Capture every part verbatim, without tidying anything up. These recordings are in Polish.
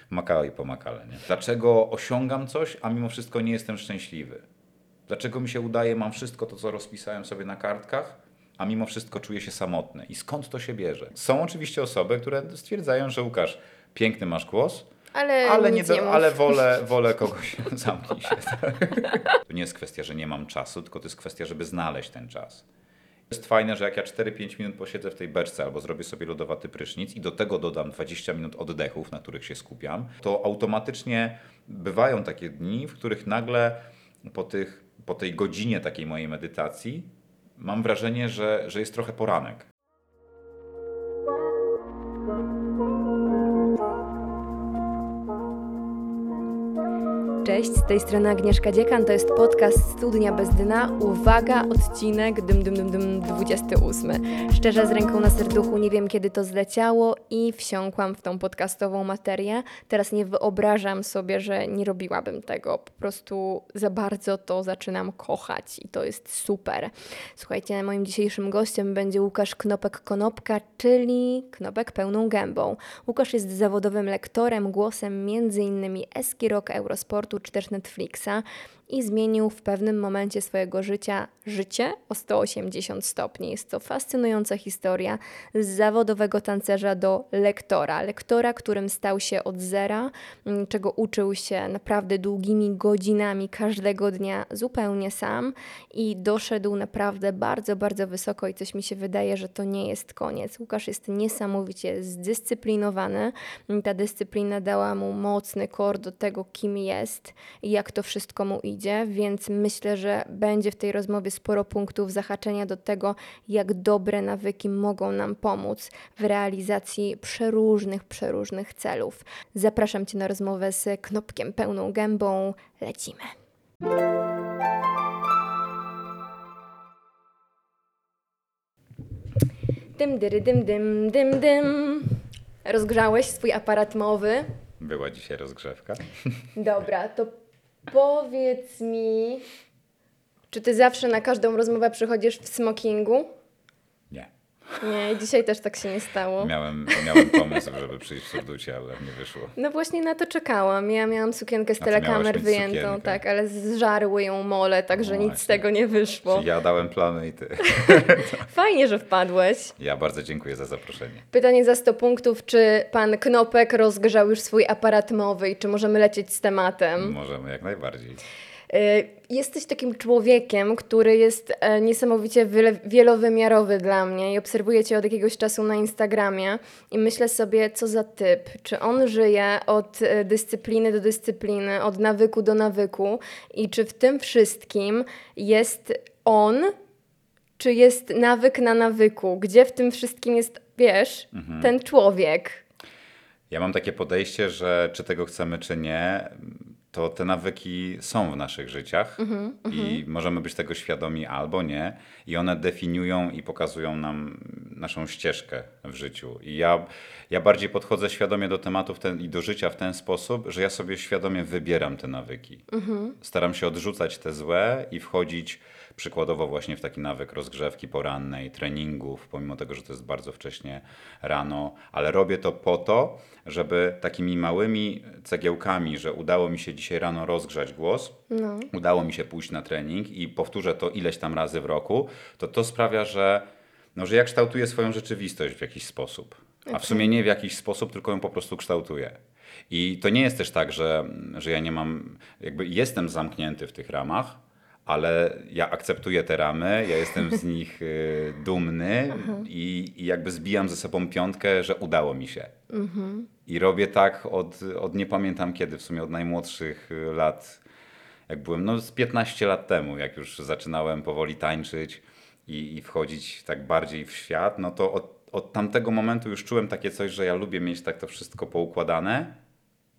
Makao i pomakale, nie? Dlaczego osiągam coś, a mimo wszystko nie jestem szczęśliwy? Dlaczego mi się udaje, mam wszystko to, co rozpisałem sobie na kartkach, a mimo wszystko czuję się samotny? I skąd to się bierze? Są oczywiście osoby, które stwierdzają, że Łukasz, piękny masz głos, Ale, ale, nie nic nie do, mów. ale wolę, wolę kogoś, zamknij się. To nie jest kwestia, że nie mam czasu, tylko to jest kwestia, żeby znaleźć ten czas. Jest fajne, że jak ja cztery pięć minut posiedzę w tej beczce albo zrobię sobie lodowaty prysznic i do tego dodam dwadzieścia minut oddechów, na których się skupiam, to automatycznie bywają takie dni, w których nagle po, tych, po tej godzinie takiej mojej medytacji mam wrażenie, że, że jest trochę poranek. Cześć, z tej strony Agnieszka Dziekan, to jest podcast Studnia bez dna. Uwaga, odcinek dym, dym, dym, dym, dwudziesty ósmy. Szczerze, z ręką na serduchu, nie wiem kiedy to zleciało i wsiąkłam w tą podcastową materię. Teraz nie wyobrażam sobie, że nie robiłabym tego. Po prostu za bardzo to zaczynam kochać i to jest super. Słuchajcie, moim dzisiejszym gościem będzie Łukasz Knopek-Konopka, czyli Knopek pełną gębą. Łukasz jest zawodowym lektorem, głosem między innymi Eski Rock, Eurosportu czy też Netflixa i zmienił w pewnym momencie swojego życia życie o sto osiemdziesiąt stopni. Jest to fascynująca historia z zawodowego tancerza do lektora. Lektora, którym stał się od zera, czego uczył się naprawdę długimi godzinami każdego dnia zupełnie sam i doszedł naprawdę bardzo, bardzo wysoko i coś mi się wydaje, że to nie jest koniec. Łukasz jest niesamowicie zdyscyplinowany. Ta dyscyplina dała mu mocny core do tego, kim jest i jak to wszystko mu idzie. Więc myślę, że będzie w tej rozmowie sporo punktów zahaczenia do tego, jak dobre nawyki mogą nam pomóc w realizacji przeróżnych, przeróżnych celów. Zapraszam Cię na rozmowę z Knopkiem pełną gębą. Lecimy. Dym, dyry, dym, dym, dym, dym. Rozgrzałeś swój aparat mowy? Była dzisiaj rozgrzewka. Dobra, to powiedz mi, czy ty zawsze na każdą rozmowę przychodzisz w smokingu? Nie. Nie, dzisiaj też tak się nie stało. Miałem, miałem pomysł, żeby przyjść w surducie, ale nie wyszło. No właśnie na to czekałam. Ja miałam sukienkę z A ty miałaś telekamer mieć wyjętą, sukienkę. tak, ale zżarły ją mole, także No nic właśnie. z tego nie wyszło. Czyli ja dałem plany i ty. Fajnie, że wpadłeś. Ja bardzo dziękuję za zaproszenie. Pytanie za sto punktów, czy pan Knopek rozgrzał już swój aparat mowy i czy możemy lecieć z tematem? Możemy jak najbardziej. Y, Jesteś takim człowiekiem, który jest e, niesamowicie wyle, wielowymiarowy dla mnie i obserwuję Cię od jakiegoś czasu na Instagramie i myślę sobie, co za typ. Czy on żyje od e, dyscypliny do dyscypliny, od nawyku do nawyku i czy w tym wszystkim jest on, czy jest nawyk na nawyku? Gdzie w tym wszystkim jest, wiesz, Mhm. ten człowiek? Ja mam takie podejście, że czy tego chcemy, czy nie, to te nawyki są w naszych życiach i możemy być tego świadomi albo nie i one definiują i pokazują nam naszą ścieżkę w życiu. I ja, ja bardziej podchodzę świadomie do tematu w ten, i do życia w ten sposób, że ja sobie świadomie wybieram te nawyki. Staram się odrzucać te złe i wchodzić przykładowo właśnie w taki nawyk rozgrzewki porannej, treningów, pomimo tego, że to jest bardzo wcześnie rano, ale robię to po to, żeby takimi małymi cegiełkami, że udało mi się dzisiaj rano rozgrzać głos, No. udało mi się pójść na trening i powtórzę to ileś tam razy w roku, to to sprawia, że, no, że ja kształtuję swoją rzeczywistość w jakiś sposób. A w sumie nie w jakiś sposób, tylko ją po prostu kształtuję. I to nie jest też tak, że, że ja nie mam, jakby jestem zamknięty w tych ramach, ale ja akceptuję te ramy, ja jestem z nich y, dumny i, i jakby zbijam ze sobą piątkę, że udało mi się. I robię tak od, od nie pamiętam kiedy, w sumie od najmłodszych y, lat, jak byłem, no z piętnaście lat temu, jak już zaczynałem powoli tańczyć i, i wchodzić tak bardziej w świat, no to od, od tamtego momentu już czułem takie coś, że ja lubię mieć tak to wszystko poukładane,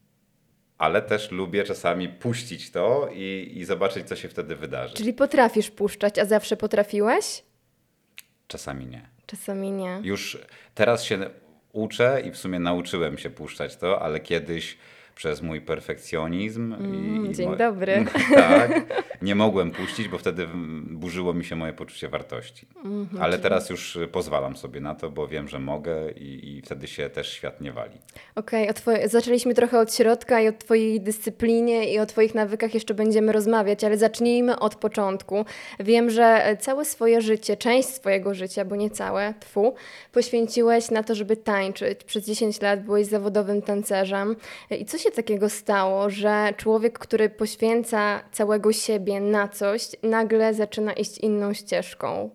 ale też lubię czasami puścić to i, i zobaczyć, co się wtedy wydarzy. Czyli potrafisz puszczać, a zawsze potrafiłeś? Czasami nie. Czasami nie. Już teraz się uczę i w sumie nauczyłem się puszczać to, ale kiedyś przez mój perfekcjonizm. Mm, i, i dzień mo- dobry. Tak, nie mogłem puścić, bo wtedy burzyło mi się moje poczucie wartości. Mhm, Ale czyli- teraz już pozwalam sobie na to, bo wiem, że mogę i, i wtedy się też świat nie wali. Okej, o twoje... zaczęliśmy trochę od środka i o twojej dyscyplinie i o twoich nawykach jeszcze będziemy rozmawiać, ale zacznijmy od początku. Wiem, że całe swoje życie, część swojego życia, bo nie całe, tfu, poświęciłeś na to, żeby tańczyć. Przez dziesięć lat byłeś zawodowym tancerzem. I co się takiego stało, że człowiek, który poświęca całego siebie na coś, nagle zaczyna iść inną ścieżką?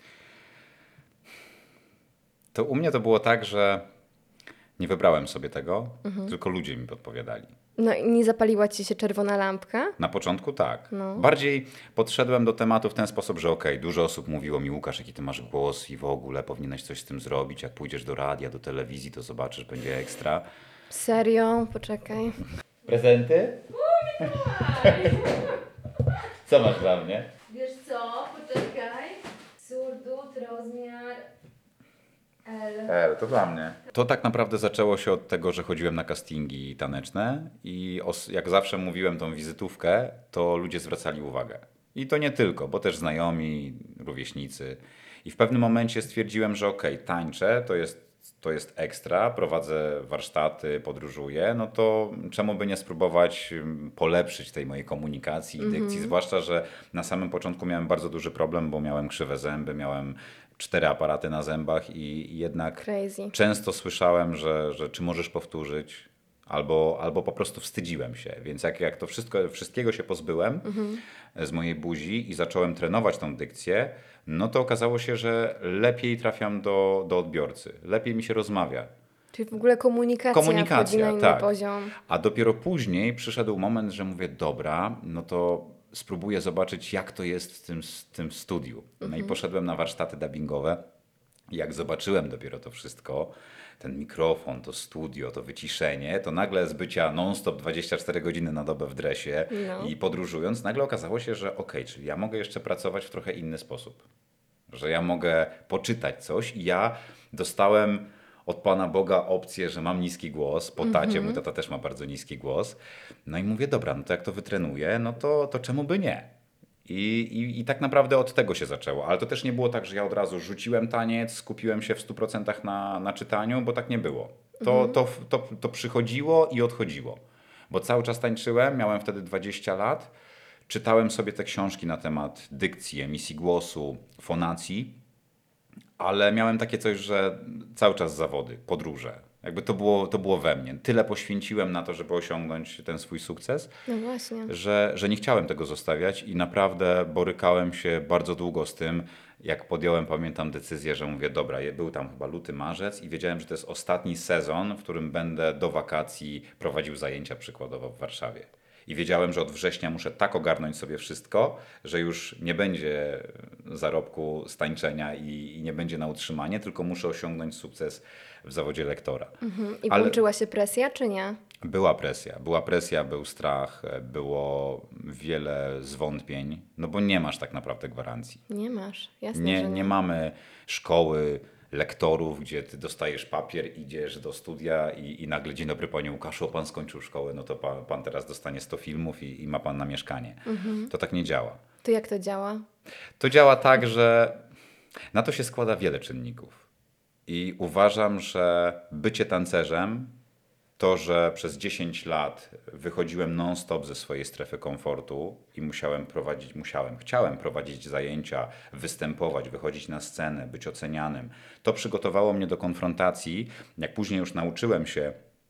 To u mnie to było tak, że nie wybrałem sobie tego, tylko ludzie mi podpowiadali. No i nie zapaliła ci się czerwona lampka? Na początku tak. No. Bardziej podszedłem do tematu w ten sposób, że okej, dużo osób mówiło mi, Łukasz, jaki ty masz głos i w ogóle powinieneś coś z tym zrobić. Jak pójdziesz do radia, do telewizji, to zobaczysz, będzie ekstra. Serio? Poczekaj. Prezenty? Co masz dla mnie? Wiesz co? Poczekaj. Surdut, rozmiar L. E, to dla mnie. To tak naprawdę zaczęło się od tego, że chodziłem na castingi taneczne i os- jak zawsze mówiłem tą wizytówkę, to ludzie zwracali uwagę. I to nie tylko, bo też znajomi, rówieśnicy. I w pewnym momencie stwierdziłem, że okej, tańczę, to jest, to jest ekstra, prowadzę warsztaty, podróżuję, no to czemu by nie spróbować mm, polepszyć tej mojej komunikacji i dykcji, zwłaszcza, że na samym początku miałem bardzo duży problem, bo miałem krzywe zęby, miałem cztery aparaty na zębach i, i jednak Crazy. często słyszałem, że, że czy możesz powtórzyć, albo, albo po prostu wstydziłem się. Więc jak, jak to wszystko, wszystkiego się pozbyłem z mojej buzi i zacząłem trenować tą dykcję, no to okazało się, że lepiej trafiam do, do odbiorcy, lepiej mi się rozmawia. Czyli w ogóle komunikacja, Komunikacja, wchodzi na inny tak. poziom. A dopiero później przyszedł moment, że mówię, dobra, no to spróbuję zobaczyć, jak to jest w tym, w tym studiu. No i poszedłem na warsztaty dubbingowe. I jak zobaczyłem dopiero to wszystko, ten mikrofon, to studio, to wyciszenie, to nagle z bycia non-stop dwadzieścia cztery godziny na dobę w dresie No. i podróżując, nagle okazało się, że okej, czyli ja mogę jeszcze pracować w trochę inny sposób. Że ja mogę poczytać coś i ja dostałem od Pana Boga opcję, że mam niski głos, po tacie, mój tata też ma bardzo niski głos. No i mówię, dobra, no to jak to wytrenuję, no to, to czemu by nie? I, i, I tak naprawdę od tego się zaczęło. Ale to też nie było tak, że ja od razu rzuciłem taniec, skupiłem się w stu procentach na, na czytaniu, bo tak nie było. To, to, to, to przychodziło i odchodziło. Bo cały czas tańczyłem, miałem wtedy dwadzieścia lat, czytałem sobie te książki na temat dykcji, emisji głosu, fonacji, ale miałem takie coś, że cały czas zawody, podróże. Jakby to było, to było we mnie. Tyle poświęciłem na to, żeby osiągnąć ten swój sukces, No właśnie. że, że nie chciałem tego zostawiać i naprawdę borykałem się bardzo długo z tym, jak podjąłem, pamiętam, decyzję, że mówię, dobra, je- był tam chyba luty, marzec i wiedziałem, że to jest ostatni sezon, w którym będę do wakacji prowadził zajęcia przykładowo w Warszawie. I wiedziałem, że od września muszę tak ogarnąć sobie wszystko, że już nie będzie zarobku z tańczenia i, i nie będzie na utrzymanie, tylko muszę osiągnąć sukces w zawodzie lektora. Mhm. I Ale- włączyła się presja, czy nie? Była presja, była presja, był strach, było wiele zwątpień, no bo nie masz tak naprawdę gwarancji. Nie masz. Jasne, Nie, że nie. nie mamy szkoły lektorów, gdzie ty dostajesz papier, idziesz do studia i, i nagle, dzień dobry panie Łukaszu, pan skończył szkołę, no to pan, pan teraz dostanie sto filmów i, i ma pan na mieszkanie. To tak nie działa. To jak to działa? To działa tak, że na to się składa wiele czynników. I uważam, że bycie tancerzem, to, że przez dziesięć lat wychodziłem non-stop ze swojej strefy komfortu i musiałem prowadzić, musiałem, chciałem prowadzić zajęcia, występować, wychodzić na scenę, być ocenianym, to przygotowało mnie do konfrontacji. Jak później już nauczyłem się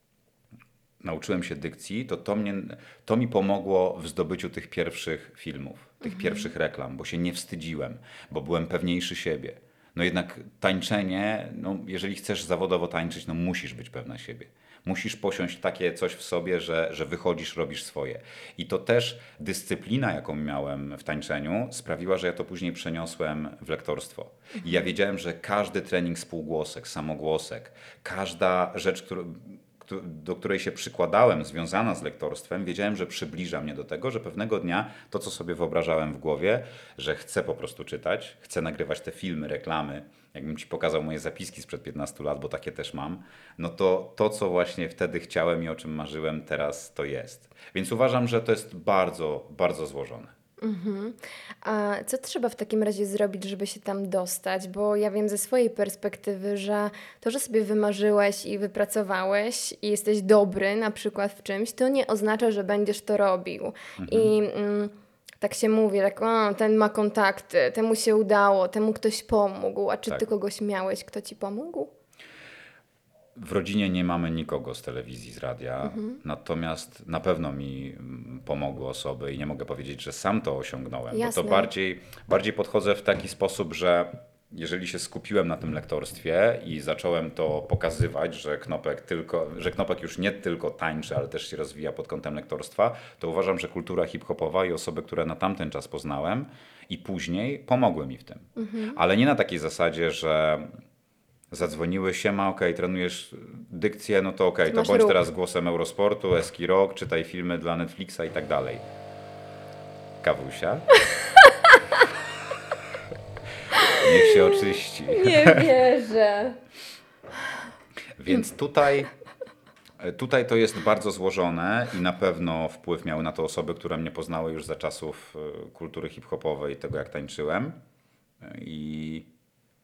nauczyłem się dykcji, to to, mnie, to mi pomogło w zdobyciu tych pierwszych filmów, tych pierwszych reklam, bo się nie wstydziłem, bo byłem pewniejszy siebie. No jednak tańczenie, no jeżeli chcesz zawodowo tańczyć, no musisz być pewna siebie. Musisz posiąść takie coś w sobie, że, że wychodzisz, robisz swoje. I to też dyscyplina, jaką miałem w tańczeniu, sprawiła, że ja to później przeniosłem w lektorstwo. I ja wiedziałem, że każdy trening spółgłosek, samogłosek, każda rzecz, którą któ- do której się przykładałem, związana z lektorstwem, wiedziałem, że przybliża mnie do tego, że pewnego dnia to, co sobie wyobrażałem w głowie, że chcę po prostu czytać, chcę nagrywać te filmy, reklamy, jakbym ci pokazał moje zapiski sprzed piętnastu lat, bo takie też mam, no to to, co właśnie wtedy chciałem i o czym marzyłem, teraz to jest. Więc uważam, że to jest bardzo, bardzo złożone. A co trzeba w takim razie zrobić, żeby się tam dostać? Bo ja wiem ze swojej perspektywy, że to, że sobie wymarzyłeś i wypracowałeś i jesteś dobry na przykład w czymś, to nie oznacza, że będziesz to robił. I mm, tak się mówi, tak, o, ten ma kontakty, temu się udało, temu ktoś pomógł. A czy Tak. ty kogoś miałeś, kto ci pomógł? W rodzinie nie mamy nikogo z telewizji, z radia, natomiast na pewno mi mm, pomogły osoby i nie mogę powiedzieć, że sam to osiągnąłem, Jasne. bo to bardziej, bardziej podchodzę w taki sposób, że jeżeli się skupiłem na tym lektorstwie i zacząłem to pokazywać, że Knopek, tylko, że Knopek już nie tylko tańczy, ale też się rozwija pod kątem lektorstwa, to uważam, że kultura hip-hopowa i osoby, które na tamten czas poznałem i później pomogły mi w tym. Ale nie na takiej zasadzie, że zadzwoniły, siema, okej, trenujesz dykcję, no to okej, to masz bądź ruch. teraz głosem Eurosportu, Eski Rock, czytaj filmy dla Netflixa i tak dalej. Kawusia? Niech się oczyści. Nie wierzę. Więc tutaj, tutaj to jest bardzo złożone i na pewno wpływ miały na to osoby, które mnie poznały już za czasów e, kultury hip-hopowej i tego, jak tańczyłem. I,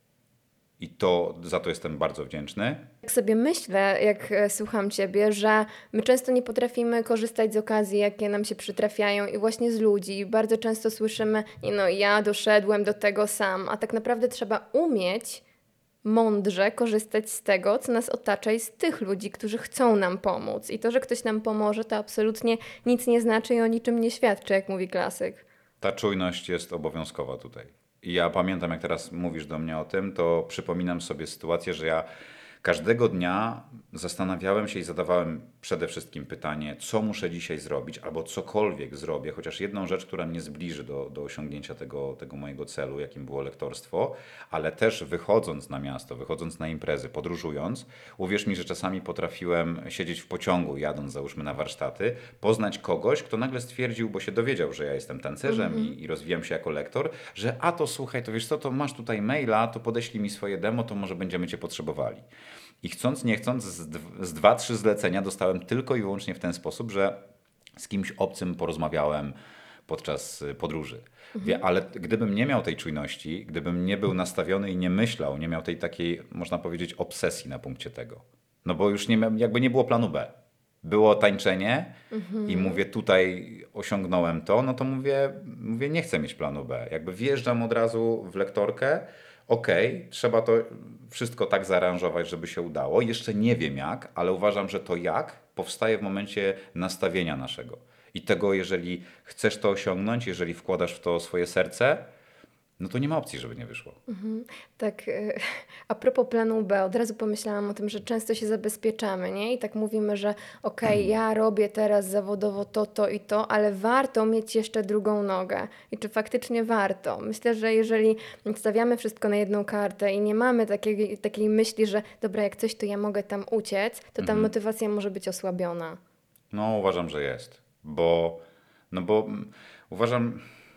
i to za to jestem bardzo wdzięczny. Tak sobie myślę, jak e, słucham Ciebie, że my często nie potrafimy korzystać z okazji, jakie nam się przytrafiają i właśnie z ludzi. Bardzo często słyszymy, nie no, ja doszedłem do tego sam, a tak naprawdę trzeba umieć mądrze korzystać z tego, co nas otacza i z tych ludzi, którzy chcą nam pomóc. I to, że ktoś nam pomoże, to absolutnie nic nie znaczy i o niczym nie świadczy, jak mówi klasyk. Ta czujność jest obowiązkowa tutaj. I ja pamiętam, jak teraz mówisz do mnie o tym, to przypominam sobie sytuację, że ja każdego dnia zastanawiałem się i zadawałem przede wszystkim pytanie, co muszę dzisiaj zrobić, albo cokolwiek zrobię, chociaż jedną rzecz, która mnie zbliży do, do osiągnięcia tego, tego mojego celu, jakim było lektorstwo, ale też wychodząc na miasto, wychodząc na imprezy, podróżując, uwierz mi, że czasami potrafiłem siedzieć w pociągu, jadąc załóżmy na warsztaty, poznać kogoś, kto nagle stwierdził, bo się dowiedział, że ja jestem tancerzem i, i rozwijam się jako lektor, że a to słuchaj, to wiesz co, to masz tutaj maila, to podeślij mi swoje demo, to może będziemy cię potrzebowali. I chcąc, nie chcąc, z, dw- z dwa, trzy zlecenia dostałem tylko i wyłącznie w ten sposób, że z kimś obcym porozmawiałem podczas y, podróży. Wie, ale gdybym nie miał tej czujności, gdybym nie był nastawiony i nie myślał, nie miał tej takiej, można powiedzieć, obsesji na punkcie tego. No bo już nie miał, jakby nie było planu B. Było tańczenie i mówię, tutaj osiągnąłem to, no to mówię, mówię, nie chcę mieć planu B. Jakby wjeżdżam od razu w lektorkę, okej, trzeba to wszystko tak zaaranżować, żeby się udało. Jeszcze nie wiem jak, ale uważam, że to jak powstaje w momencie nastawienia naszego. I tego, jeżeli chcesz to osiągnąć, jeżeli wkładasz w to swoje serce, no to nie ma opcji, żeby nie wyszło. Tak, e, a propos planu B, od razu pomyślałam o tym, że często się zabezpieczamy, nie? I tak mówimy, że okej, ja robię teraz zawodowo to, to i to, ale warto mieć jeszcze drugą nogę. I czy faktycznie warto? Myślę, że jeżeli stawiamy wszystko na jedną kartę i nie mamy takiej, takiej myśli, że dobra, jak coś, to ja mogę tam uciec, to ta motywacja może być osłabiona. No, uważam, że jest, bo, no bo mm, uważam,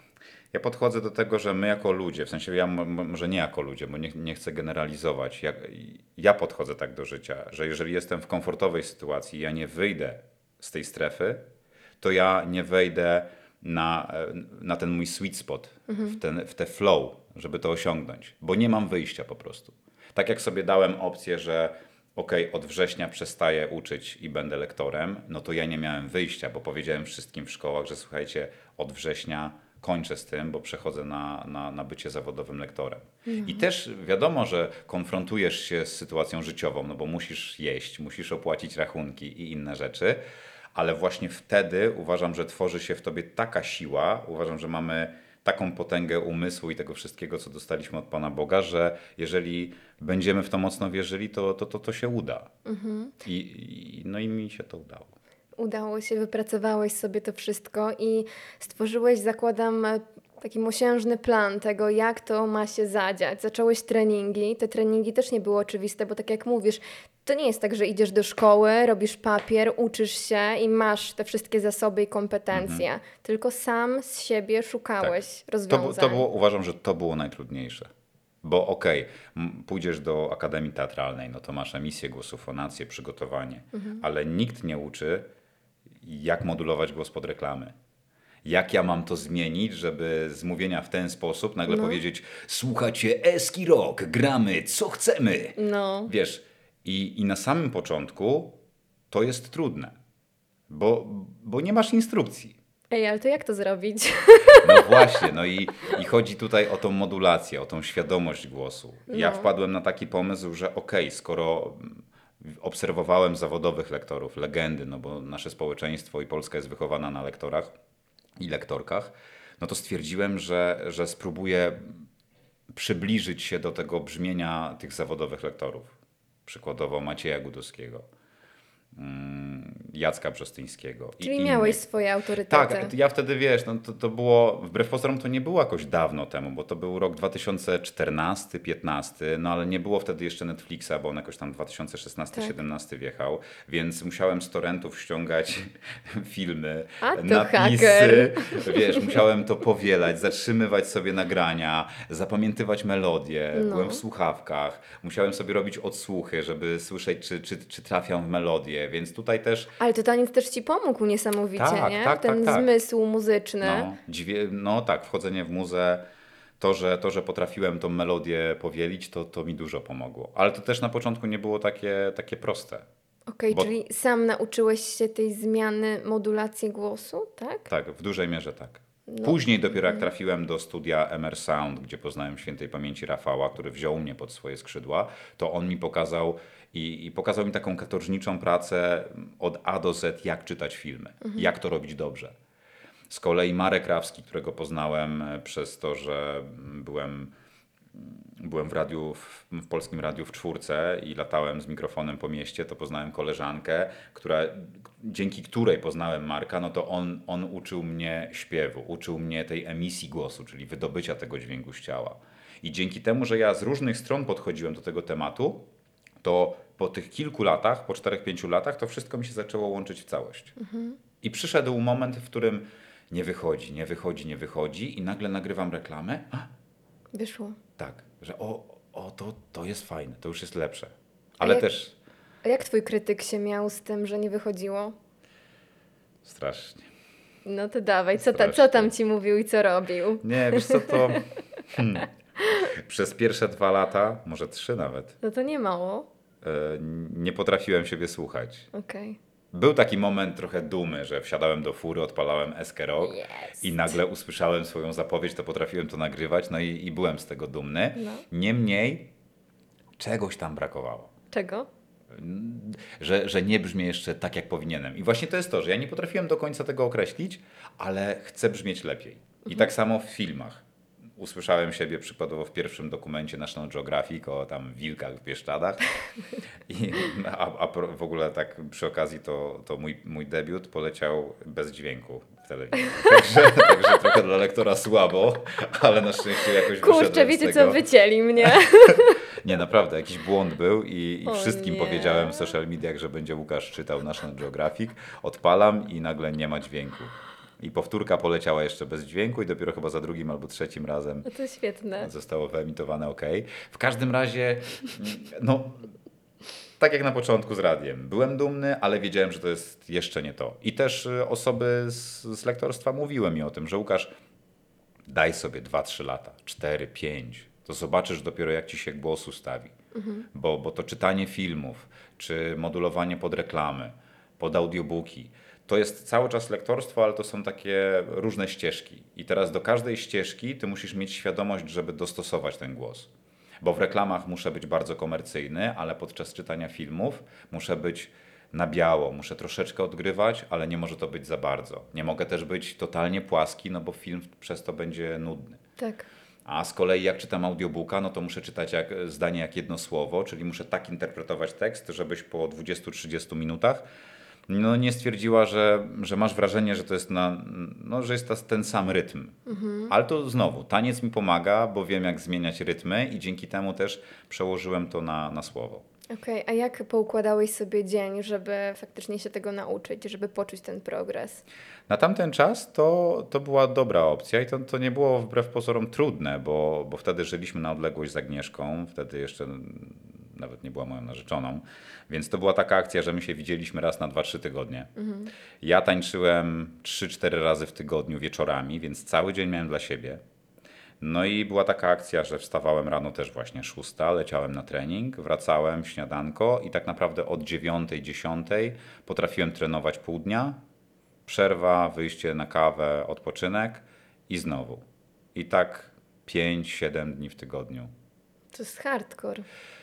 ja podchodzę do tego, że my jako ludzie, w sensie ja m- m- może nie jako ludzie, bo nie, nie chcę generalizować, ja, ja podchodzę tak do życia, że jeżeli jestem w komfortowej sytuacji, ja nie wyjdę z tej strefy, to ja nie wejdę na, e, na ten mój sweet spot, w, ten, w te flow, żeby to osiągnąć, bo nie mam wyjścia po prostu. Tak jak sobie dałem opcję, że okej, od września przestaję uczyć i będę lektorem, no to ja nie miałem wyjścia, bo powiedziałem wszystkim w szkołach, że słuchajcie, od września kończę z tym, bo przechodzę na, na, na bycie zawodowym lektorem. I też wiadomo, że konfrontujesz się z sytuacją życiową, no bo musisz jeść, musisz opłacić rachunki i inne rzeczy, ale właśnie wtedy uważam, że tworzy się w tobie taka siła, uważam, że mamy taką potęgę umysłu i tego wszystkiego, co dostaliśmy od Pana Boga, że jeżeli będziemy w to mocno wierzyli, to to, to, to się uda. I, I, no i mi się to udało. Udało się, wypracowałeś sobie to wszystko i stworzyłeś, zakładam, e, taki mosiężny plan tego, jak to ma się zadziać. Zacząłeś treningi. Te treningi też nie były oczywiste, bo tak jak mówisz, To nie jest tak, że idziesz do szkoły, robisz papier, uczysz się i masz te wszystkie zasoby i kompetencje, Mhm. tylko sam z siebie szukałeś To, rozwiązań. bu- to było, uważam, że to było najtrudniejsze. Bo okej, m, pójdziesz do Akademii Teatralnej, no to masz emisję głosu, fonację, przygotowanie, ale nikt nie uczy, jak modulować głos pod reklamy. Jak ja mam to zmienić, żeby z mówienia w ten sposób nagle No. powiedzieć: słuchajcie, eski rock, gramy, co chcemy. No, Wiesz, i, i na samym początku to jest trudne, bo, bo nie masz instrukcji. ej, ale to jak to zrobić? No właśnie, no i, i chodzi tutaj o tą modulację, o tą świadomość głosu. Ja No. wpadłem na taki pomysł, że okej, skoro obserwowałem zawodowych lektorów, legendy, no bo nasze społeczeństwo i Polska jest wychowana na lektorach i lektorkach, no to stwierdziłem, że, że spróbuję przybliżyć się do tego brzmienia tych zawodowych lektorów. Przykładowo Macieja Gudowskiego, mm, Jacka Brzostyńskiego. i Czyli innych. miałeś swoje autorytety. Tak, ja wtedy, wiesz, no to, to było, wbrew pozorom to nie było jakoś dawno temu, bo to był rok dwa tysiące czternasty piętnasty, no ale nie było wtedy jeszcze Netflixa, bo on jakoś tam dwa tysiące szesnasty siedemnasty wjechał, więc musiałem z torrentów ściągać filmy, A to napisy, haker. wiesz, musiałem to powielać, zatrzymywać sobie nagrania, zapamiętywać melodie, No. byłem w słuchawkach, musiałem sobie robić odsłuchy, żeby słyszeć, czy, czy, czy trafiam w melodię, więc tutaj też Ale to taniec też ci pomógł niesamowicie, Tak, nie? tak, Ten tak, tak. zmysł muzyczny. No, dźwię- no tak, wchodzenie w muzę, to że, to, że potrafiłem tą melodię powielić, to, to mi dużo pomogło. Ale to też na początku nie było takie, takie proste. Okej, Bo- czyli sam nauczyłeś się tej zmiany modulacji głosu, tak? Tak, w dużej mierze tak. No. Później dopiero jak trafiłem do studia M R Sound, gdzie poznałem świętej pamięci Rafała, który wziął mnie pod swoje skrzydła, to on mi pokazał i, i pokazał mi taką katorżniczą pracę od A do Z, jak czytać filmy, jak to robić dobrze. Z kolei Marek Rawski, którego poznałem e, przez to, że byłem, byłem w radiu, w, w polskim radiu w czwórce i latałem z mikrofonem po mieście, to poznałem koleżankę, która, dzięki której poznałem Marka, no to on, on uczył mnie śpiewu, uczył mnie tej emisji głosu, czyli wydobycia tego dźwięku z ciała. I dzięki temu, że ja z różnych stron podchodziłem do tego tematu, to po tych kilku latach, po czterech, pięciu latach, to wszystko mi się zaczęło łączyć w całość. I przyszedł moment, w którym nie wychodzi, nie wychodzi, nie wychodzi i nagle nagrywam reklamę. A, Wyszło. tak, że o, o to, to jest fajne, to już jest lepsze. Ale jak- też A jak twój krytyk się miał z tym, że nie wychodziło? strasznie. No to dawaj, co, ta, co Strasznie. tam ci mówił i co robił? Nie, wiesz co, to hmm, przez pierwsze dwa lata, może trzy nawet, No to nie mało. e, nie potrafiłem siebie słuchać. Okej. Był taki moment trochę dumy, że wsiadałem do fury, odpalałem Eskę Rock Jest. i nagle usłyszałem swoją zapowiedź, to potrafiłem to nagrywać, no i, i byłem z tego dumny. No. Niemniej czegoś tam brakowało. Czego? Że, że nie brzmię jeszcze tak, jak powinienem. I właśnie to jest to, że ja nie potrafiłem do końca tego określić, ale chcę brzmieć lepiej. I tak samo w filmach. Usłyszałem siebie przykładowo w pierwszym dokumencie National Geographic o tam wilkach w Bieszczadach. I, a, a pro- w ogóle tak przy okazji to, to mój, mój debiut poleciał bez dźwięku w telewizji. Także, także trochę dla lektora słabo, ale na szczęście jakoś Kurczę, wyszedłem wiecie z tego. co, wycięli mnie. Nie, naprawdę, jakiś błąd był i, i O wszystkim nie. powiedziałem w social mediach, że będzie Łukasz czytał National Geographic. Odpalam i nagle nie ma dźwięku. I powtórka poleciała jeszcze bez dźwięku i dopiero chyba za drugim albo trzecim razem No to świetne. zostało wyemitowane OK. W każdym razie, no, tak jak na początku z radiem. Byłem dumny, ale wiedziałem, że to jest jeszcze nie to. I też y, osoby z, z lektorstwa mówiły mi o tym, że Łukasz, daj sobie dwa trzy lata, cztery pięć, to zobaczysz dopiero, jak ci się głos ustawi. Bo, bo to czytanie filmów, czy modulowanie pod reklamy, pod audiobooki, to jest cały czas lektorstwo, ale to są takie różne ścieżki. I teraz do każdej ścieżki ty musisz mieć świadomość, żeby dostosować ten głos. Bo w reklamach muszę być bardzo komercyjny, ale podczas czytania filmów muszę być na biało, muszę troszeczkę odgrywać, ale nie może to być za bardzo. Nie mogę też być totalnie płaski, no bo film przez to będzie nudny. Tak. A z kolei jak czytam audiobooka, no to muszę czytać jak, zdanie jak jedno słowo, czyli muszę tak interpretować tekst, żebyś po dwudziestu trzydziestu minutach no nie stwierdziła, że, że masz wrażenie, że to jest, na, no, że jest to ten sam rytm. Ale to znowu, taniec mi pomaga, bo wiem jak zmieniać rytmy i dzięki temu też przełożyłem to na, na słowo. Okej, a jak poukładałeś sobie dzień, żeby faktycznie się tego nauczyć, żeby poczuć ten progres? Na tamten czas to, to była dobra opcja i to, to nie było wbrew pozorom trudne, bo, bo wtedy żyliśmy na odległość z Agnieszką, wtedy jeszcze nawet nie była moją narzeczoną, więc to była taka akcja, że my się widzieliśmy raz na dwa trzy tygodnie. Mhm. Ja tańczyłem trzy cztery razy w tygodniu wieczorami, więc cały dzień miałem dla siebie. No i była taka akcja, że wstawałem rano też właśnie szósta, leciałem na trening, wracałem, śniadanko i tak naprawdę od dziewiątej, dziesiątej potrafiłem trenować pół dnia, przerwa, wyjście na kawę, odpoczynek i znowu. I tak pięć siedem dni w tygodniu. To jest hardcore.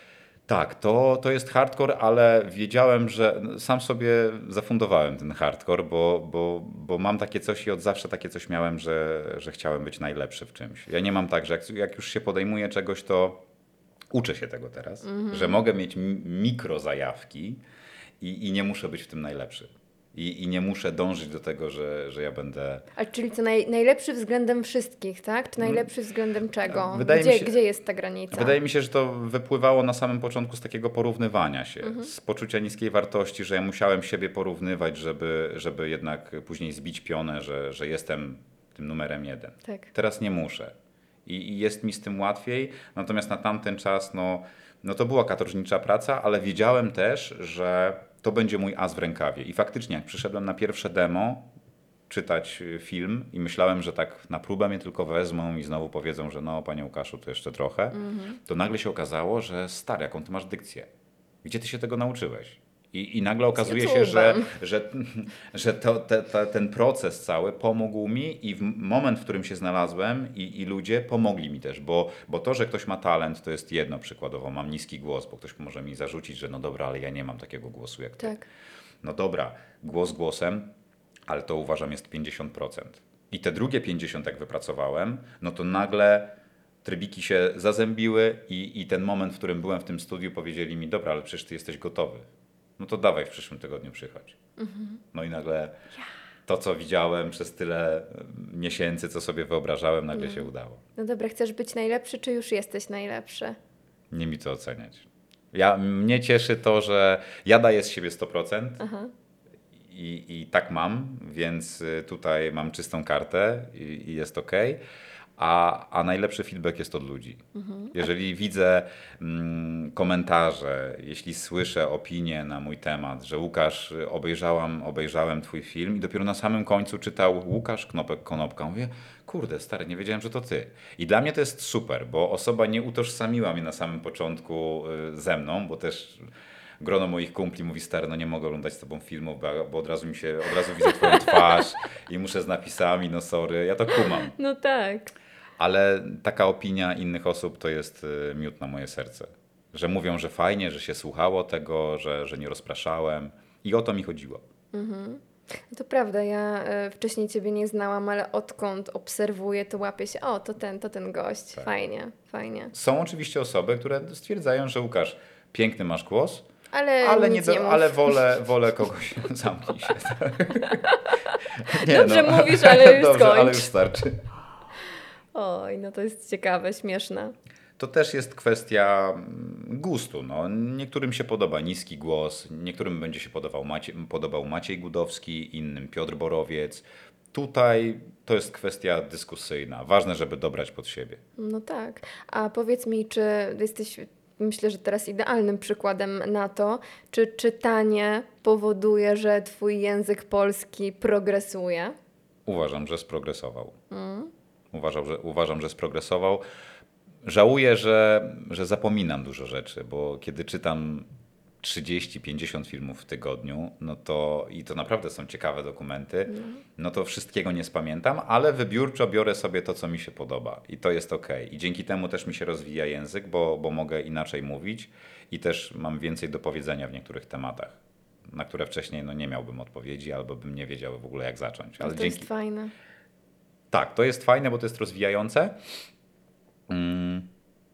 Tak, to, to jest hardcore, ale wiedziałem, że sam sobie zafundowałem ten hardcore, bo, bo, bo mam takie coś i od zawsze takie coś miałem, że, że chciałem być najlepszy w czymś. Ja nie mam tak, że jak, jak już się podejmuję czegoś, to uczę się tego teraz, że mogę mieć mi- mikrozajawki i, i nie muszę być w tym najlepszy. I, I nie muszę dążyć do tego, że, że ja będę. A czyli co, naj, najlepszy względem wszystkich, tak? Czy najlepszy względem czego? Wydaje mi Gdzie, się- gdzie jest ta granica? Wydaje mi się, że to wypływało na samym początku z takiego porównywania się, z poczucia niskiej wartości, że ja musiałem siebie porównywać, żeby, żeby jednak później zbić pionę, że, że jestem tym numerem jeden. Tak. Teraz nie muszę. I, I jest mi z tym łatwiej, natomiast na tamten czas no, no to była katorżnicza praca, ale wiedziałem też, że to będzie mój as w rękawie. I faktycznie jak przyszedłem na pierwsze demo, czytać film i myślałem, że tak na próbę mnie tylko wezmą i znowu powiedzą, że no panie Łukaszu, to jeszcze trochę, to nagle się okazało, że stary, jaką ty masz dykcję? Gdzie ty się tego nauczyłeś? I, i nagle okazuje się, że, że, że to, te, te, ten proces cały pomógł mi i w moment, w którym się znalazłem i, i ludzie pomogli mi też, bo, bo to, że ktoś ma talent, to jest jedno przykładowo, mam niski głos, bo ktoś może mi zarzucić, że no dobra, ale ja nie mam takiego głosu jak ty. Tak. No dobra, głos głosem, ale to uważam jest pięćdziesiąt procent. I te drugie pięćdziesiąt jak wypracowałem, no to nagle trybiki się zazębiły i, i ten moment, w którym byłem w tym studiu, powiedzieli mi, dobra, ale przecież ty jesteś gotowy. No to dawaj w przyszłym tygodniu przychodź. No i nagle to, co widziałem przez tyle miesięcy, co sobie wyobrażałem, nagle się udało. No dobra, chcesz być najlepszy, czy już jesteś najlepszy? Nie mi to oceniać. Ja, mnie cieszy to, że ja daję z siebie sto procent. Aha. I, I tak mam, więc y, tutaj mam czystą kartę i, i jest ok. A, a najlepszy feedback jest od ludzi. Jeżeli widzę mm, komentarze, jeśli słyszę opinie na mój temat, że Łukasz, y, obejrzałam, obejrzałem twój film i dopiero na samym końcu czytał Łukasz Knopek Konopka. Mówię, kurde stary, nie wiedziałem, że to ty. I dla mnie to jest super, bo osoba nie utożsamiła mnie na samym początku y, ze mną, bo też grono moich kumpli mówi, stary, no nie mogę oglądać z tobą filmów, bo, bo od razu mi się, od razu widzę twoją twarz i muszę z napisami, no sorry, ja to kumam. No tak. Ale taka opinia innych osób to jest y, miód na moje serce. Że mówią, że fajnie, że się słuchało tego, że, że nie rozpraszałem i o to mi chodziło. No to prawda, ja e, wcześniej Ciebie nie znałam, ale odkąd obserwuję, to łapię się, o, to ten, to ten gość. Tak. Fajnie, fajnie. Są oczywiście osoby, które stwierdzają, że Łukasz, piękny masz głos, Ale, ale, nie nic do, nie mów. ale wolę, wolę kogoś, zamknij się. Nie, Dobrze mówisz, ale już Dobrze, skończ. ale już starczy. Oj, no to jest ciekawe, śmieszne. To też jest kwestia mm, gustu. No. Niektórym się podoba niski głos, niektórym będzie się podobał Maciej, podobał Maciej Gudowski, innym Piotr Borowiec. Tutaj to jest kwestia dyskusyjna. Ważne, żeby dobrać pod siebie. No tak. A powiedz mi, czy jesteś, myślę, że teraz idealnym przykładem na to, czy czytanie powoduje, że Twój język polski progresuje? Uważam, że sprogresował. Uważam, że, uważam, że sprogresował. Żałuję, że, że zapominam dużo rzeczy, bo kiedy czytam trzydzieści pięćdziesiąt filmów w tygodniu, no to i to naprawdę są ciekawe dokumenty, no to wszystkiego nie spamiętam, ale wybiórczo biorę sobie to, co mi się podoba i to jest ok. I dzięki temu też mi się rozwija język, bo, bo mogę inaczej mówić i też mam więcej do powiedzenia w niektórych tematach, na które wcześniej no, nie miałbym odpowiedzi albo bym nie wiedział w ogóle jak zacząć. No Ale to dzięki... jest fajne. Tak, to jest fajne, bo to jest rozwijające. Mm.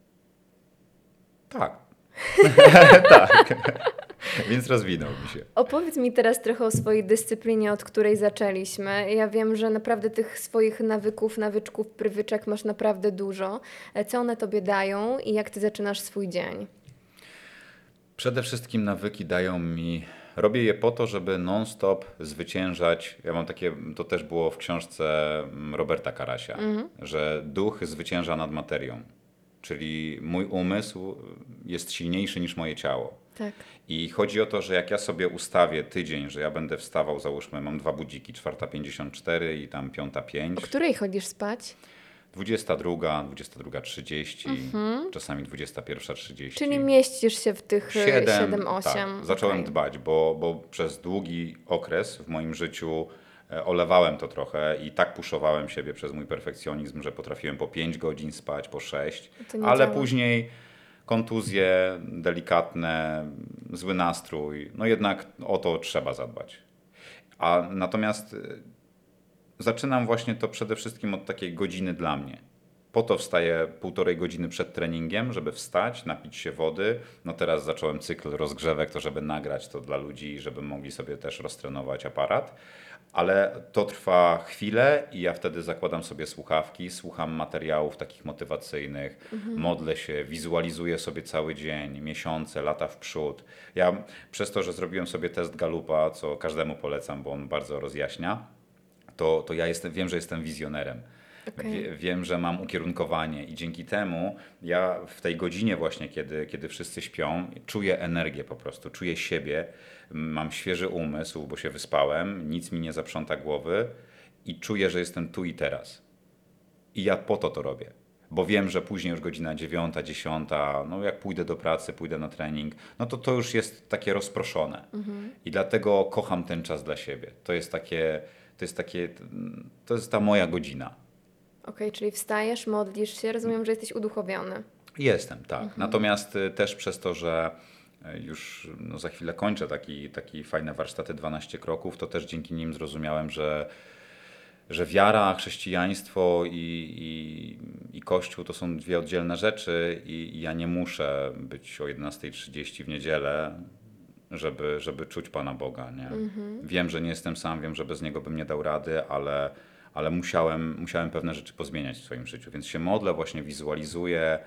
Tak. tak. Więc rozwinął mi się. Opowiedz mi teraz trochę o swojej dyscyplinie, od której zaczęliśmy. Ja wiem, że naprawdę tych swoich nawyków, nawyczków, prywyczek masz naprawdę dużo. Co one Tobie dają i jak Ty zaczynasz swój dzień? Przede wszystkim nawyki dają mi, robię je po to, żeby non-stop zwyciężać. Ja mam takie, to też było w książce Roberta Karasia, mhm. że duch zwycięża nad materią. Czyli mój umysł jest silniejszy niż moje ciało. Tak. I chodzi o to, że jak ja sobie ustawię tydzień, że ja będę wstawał, załóżmy, mam dwa budziki, czwarta pięćdziesiąt cztery i tam piąta pięć. O której chodzisz spać? dwudziesta druga, dwudziesta druga trzydzieści, mhm. czasami dwudziesta pierwsza trzydzieści. Czyli mieścisz się w tych siedem osiem. Tak, zacząłem okay. dbać, bo, bo przez długi okres w moim życiu olewałem to trochę i tak puszowałem siebie przez mój perfekcjonizm, że potrafiłem po pięć godzin spać, po sześć, ale działa. Później kontuzje delikatne, zły nastrój, no jednak o to trzeba zadbać. A natomiast zaczynam właśnie to przede wszystkim od takiej godziny dla mnie. Po to wstaję półtorej godziny przed treningiem, żeby wstać, napić się wody. No teraz zacząłem cykl rozgrzewek, to żeby nagrać to dla ludzi, żeby mogli sobie też roztrenować aparat. Ale to trwa chwilę i ja wtedy zakładam sobie słuchawki, słucham materiałów takich motywacyjnych, mhm. modlę się, wizualizuję sobie cały dzień, miesiące, lata w przód. Ja przez to, że zrobiłem sobie test Gallupa, co każdemu polecam, bo on bardzo rozjaśnia, to, to ja jestem, wiem, że jestem wizjonerem. Okay. Wie, wiem, że mam ukierunkowanie i dzięki temu ja w tej godzinie właśnie, kiedy, kiedy wszyscy śpią, czuję energię po prostu, czuję siebie, mam świeży umysł, bo się wyspałem, nic mi nie zaprząta głowy i czuję, że jestem tu i teraz. I ja po to to robię, bo wiem, że później już godzina dziewiąta, dziesiąta, no jak pójdę do pracy, pójdę na trening, no to to już jest takie rozproszone. Mhm. I dlatego kocham ten czas dla siebie. To jest takie, to jest takie, to jest ta moja godzina. Okej, okay, czyli wstajesz, modlisz się, rozumiem, że jesteś uduchowiony. Jestem, tak. Mhm. Natomiast y, też przez to, że już no, za chwilę kończę taki, taki fajne warsztaty dwanaście kroków, to też dzięki nim zrozumiałem, że, że wiara, chrześcijaństwo i, i, i Kościół to są dwie oddzielne rzeczy i, i ja nie muszę być o jedenasta trzydzieści w niedzielę, żeby, żeby czuć Pana Boga. Nie? Mhm. Wiem, że nie jestem sam, wiem, że bez Niego bym nie dał rady, ale ale musiałem, musiałem pewne rzeczy pozmieniać w swoim życiu, więc się modlę, właśnie wizualizuję,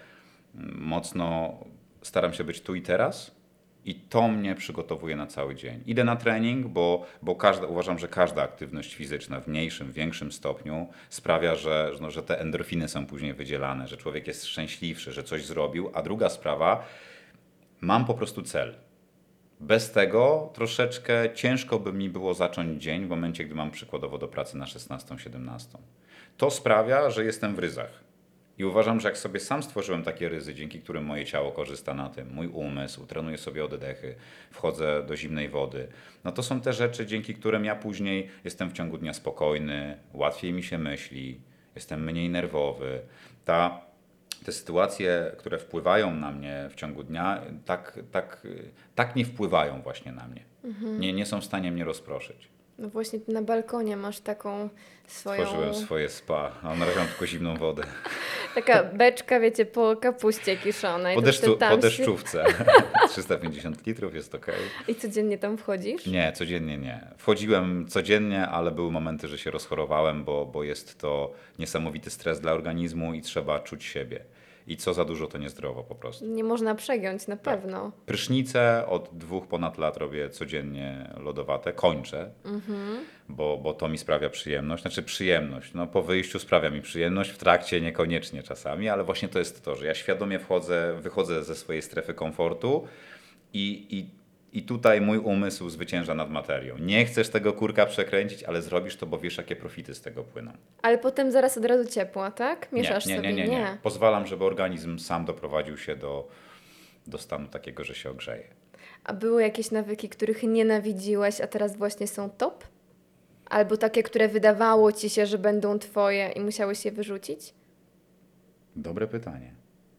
mocno staram się być tu i teraz i to mnie przygotowuje na cały dzień. Idę na trening, bo, bo każda, uważam, że każda aktywność fizyczna w mniejszym, większym stopniu sprawia, że, no, że te endorfiny są później wydzielane, że człowiek jest szczęśliwszy, że coś zrobił, a druga sprawa, mam po prostu cel. Bez tego troszeczkę ciężko by mi było zacząć dzień w momencie, gdy mam przykładowo do pracy na szesnastą, siedemnastą. To sprawia, że jestem w ryzach. I uważam, że jak sobie sam stworzyłem takie ryzy, dzięki którym moje ciało korzysta na tym, mój umysł, trenuję sobie oddechy, wchodzę do zimnej wody, no to są te rzeczy, dzięki którym ja później jestem w ciągu dnia spokojny, łatwiej mi się myśli, jestem mniej nerwowy. Ta Te sytuacje, które wpływają na mnie w ciągu dnia, tak, tak, tak nie wpływają właśnie na mnie. Mhm. Nie, nie są w stanie mnie rozproszyć. No właśnie na balkonie masz taką swoją... Stworzyłem swoje spa, a na razie mam tylko zimną wodę. Taka beczka, wiecie, po kapuście kiszonej. Po, deszczu, po deszczówce. trzysta pięćdziesiąt litrów jest okej. I codziennie tam wchodzisz? Nie, codziennie nie. Wchodziłem codziennie, ale były momenty, że się rozchorowałem, bo, bo jest to niesamowity stres dla organizmu i trzeba czuć siebie. I co za dużo, to niezdrowo po prostu. Nie można przegiąć, na tak. pewno. Prysznice od dwóch ponad lat robię codziennie lodowate. Kończę, mhm. bo, bo to mi sprawia przyjemność. Znaczy przyjemność. No, po wyjściu sprawia mi przyjemność, w trakcie niekoniecznie czasami, ale właśnie to jest to, że ja świadomie wchodzę, wychodzę ze swojej strefy komfortu i, i I tutaj mój umysł zwycięża nad materią. Nie chcesz tego kurka przekręcić, ale zrobisz to, bo wiesz, jakie profity z tego płyną. Ale potem zaraz od razu ciepło, tak? Mieszasz nie, nie, sobie? Nie, nie, nie. Pozwalam, żeby organizm sam doprowadził się do, do stanu takiego, że się ogrzeje. A były jakieś nawyki, których nienawidziłeś, a teraz właśnie są top? Albo takie, które wydawało ci się, że będą twoje i musiałeś je wyrzucić? Dobre pytanie.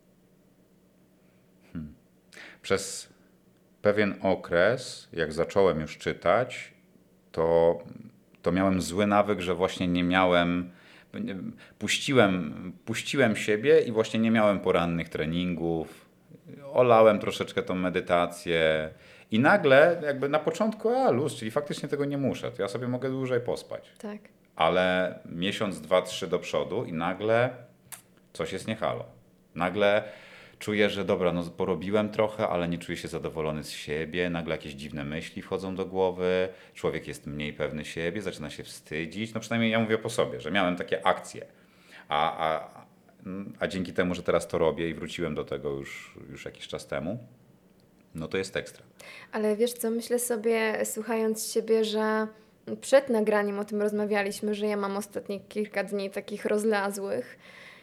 Hmm. Przez pewien okres, jak zacząłem już czytać, to, to miałem zły nawyk, że właśnie nie miałem, puściłem, puściłem siebie i właśnie nie miałem porannych treningów, olałem troszeczkę tą medytację i nagle jakby na początku, a luz, czyli faktycznie tego nie muszę, to ja sobie mogę dłużej pospać. Tak. Ale miesiąc, dwa, trzy do przodu i nagle coś jest nie halo. Nagle czuję, że dobra, no porobiłem trochę, ale nie czuję się zadowolony z siebie, nagle jakieś dziwne myśli wchodzą do głowy, człowiek jest mniej pewny siebie, zaczyna się wstydzić, no przynajmniej ja mówię po sobie, że miałem takie akcje, a, a, a dzięki temu, że teraz to robię i wróciłem do tego już, już jakiś czas temu, no to jest ekstra. Ale wiesz co, myślę sobie, słuchając Ciebie, że przed nagraniem o tym rozmawialiśmy, że ja mam ostatnie kilka dni takich rozlazłych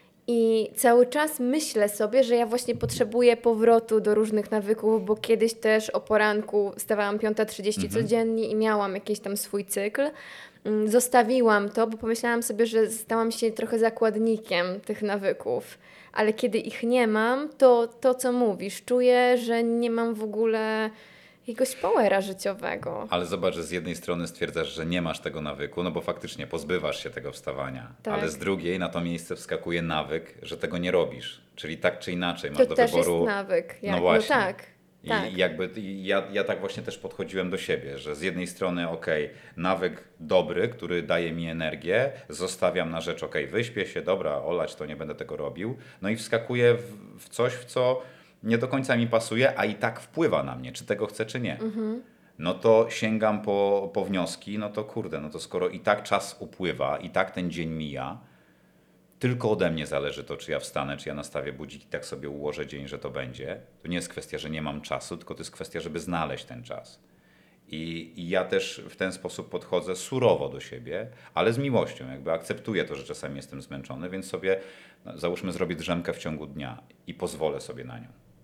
i cały czas myślę sobie, że ja właśnie potrzebuję powrotu do różnych nawyków, bo kiedyś też o poranku wstawałam piąta trzydzieści Mhm. codziennie i miałam jakiś tam swój cykl. Mm, Zostawiłam to, bo pomyślałam sobie, że stałam się trochę zakładnikiem tych nawyków. Ale kiedy ich nie mam, to to, co mówisz, czuję, że nie mam w ogóle jakiegoś powera życiowego. Ale zobacz, że z jednej strony stwierdzasz, że nie masz tego nawyku, no bo faktycznie pozbywasz się tego wstawania, Tak. ale z drugiej na to miejsce wskakuje nawyk, że tego nie robisz. Czyli tak czy inaczej masz To do też wyboru. jest nawyk. Jak, No właśnie. No tak. I tak. jakby i ja, ja tak właśnie też podchodziłem do siebie, że z jednej strony okej, nawyk dobry, który daje mi energię, zostawiam na rzecz okej, wyśpię się, dobra, olać to, nie będę tego robił. No i wskakuję w, w coś, w co nie do końca mi pasuje, a i tak wpływa na mnie, czy tego chcę, czy nie. Mhm. No to sięgam po, po wnioski, no to kurde, no to skoro i tak czas upływa, i tak ten dzień mija, tylko ode mnie zależy to, czy ja wstanę, czy ja nastawię budzik i tak sobie ułożę dzień, że to będzie. To nie jest kwestia, że nie mam czasu, tylko to jest kwestia, żeby znaleźć ten czas. I, I ja też w ten sposób podchodzę surowo do siebie, ale z miłością. Jakby akceptuję to, że czasami jestem zmęczony, więc sobie, no, załóżmy, zrobię drzemkę w ciągu dnia i pozwolę sobie na nią.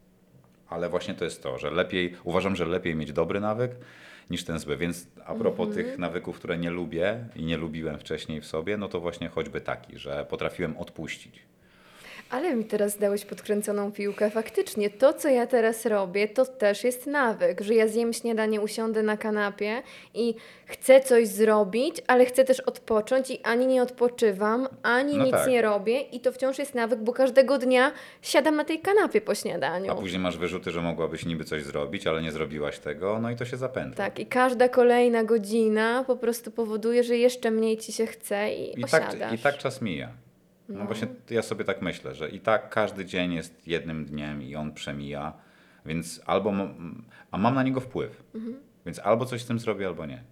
Ale właśnie to jest to, że lepiej, uważam, że lepiej mieć dobry nawyk niż ten zły. Więc a propos Mhm. tych nawyków, które nie lubię i nie lubiłem wcześniej w sobie, no to właśnie choćby taki, że potrafiłem odpuścić. Ale mi teraz dałeś podkręconą piłkę. Faktycznie to, co ja teraz robię, to też jest nawyk, że ja zjem śniadanie, usiądę na kanapie i chcę coś zrobić, ale chcę też odpocząć i ani nie odpoczywam, ani No nic tak. nie robię i to wciąż jest nawyk, bo każdego dnia siadam na tej kanapie po śniadaniu. A później masz wyrzuty, że mogłabyś niby coś zrobić, ale nie zrobiłaś tego, no i to się zapętla. Tak, i każda kolejna godzina po prostu powoduje, że jeszcze mniej ci się chce i, I osiadasz. tak, I tak czas mija. No, No. właśnie ja sobie tak myślę, że i tak każdy dzień jest jednym dniem i on przemija, więc albo, m- a mam na niego wpływ, Mhm. więc albo coś z tym zrobię, albo nie.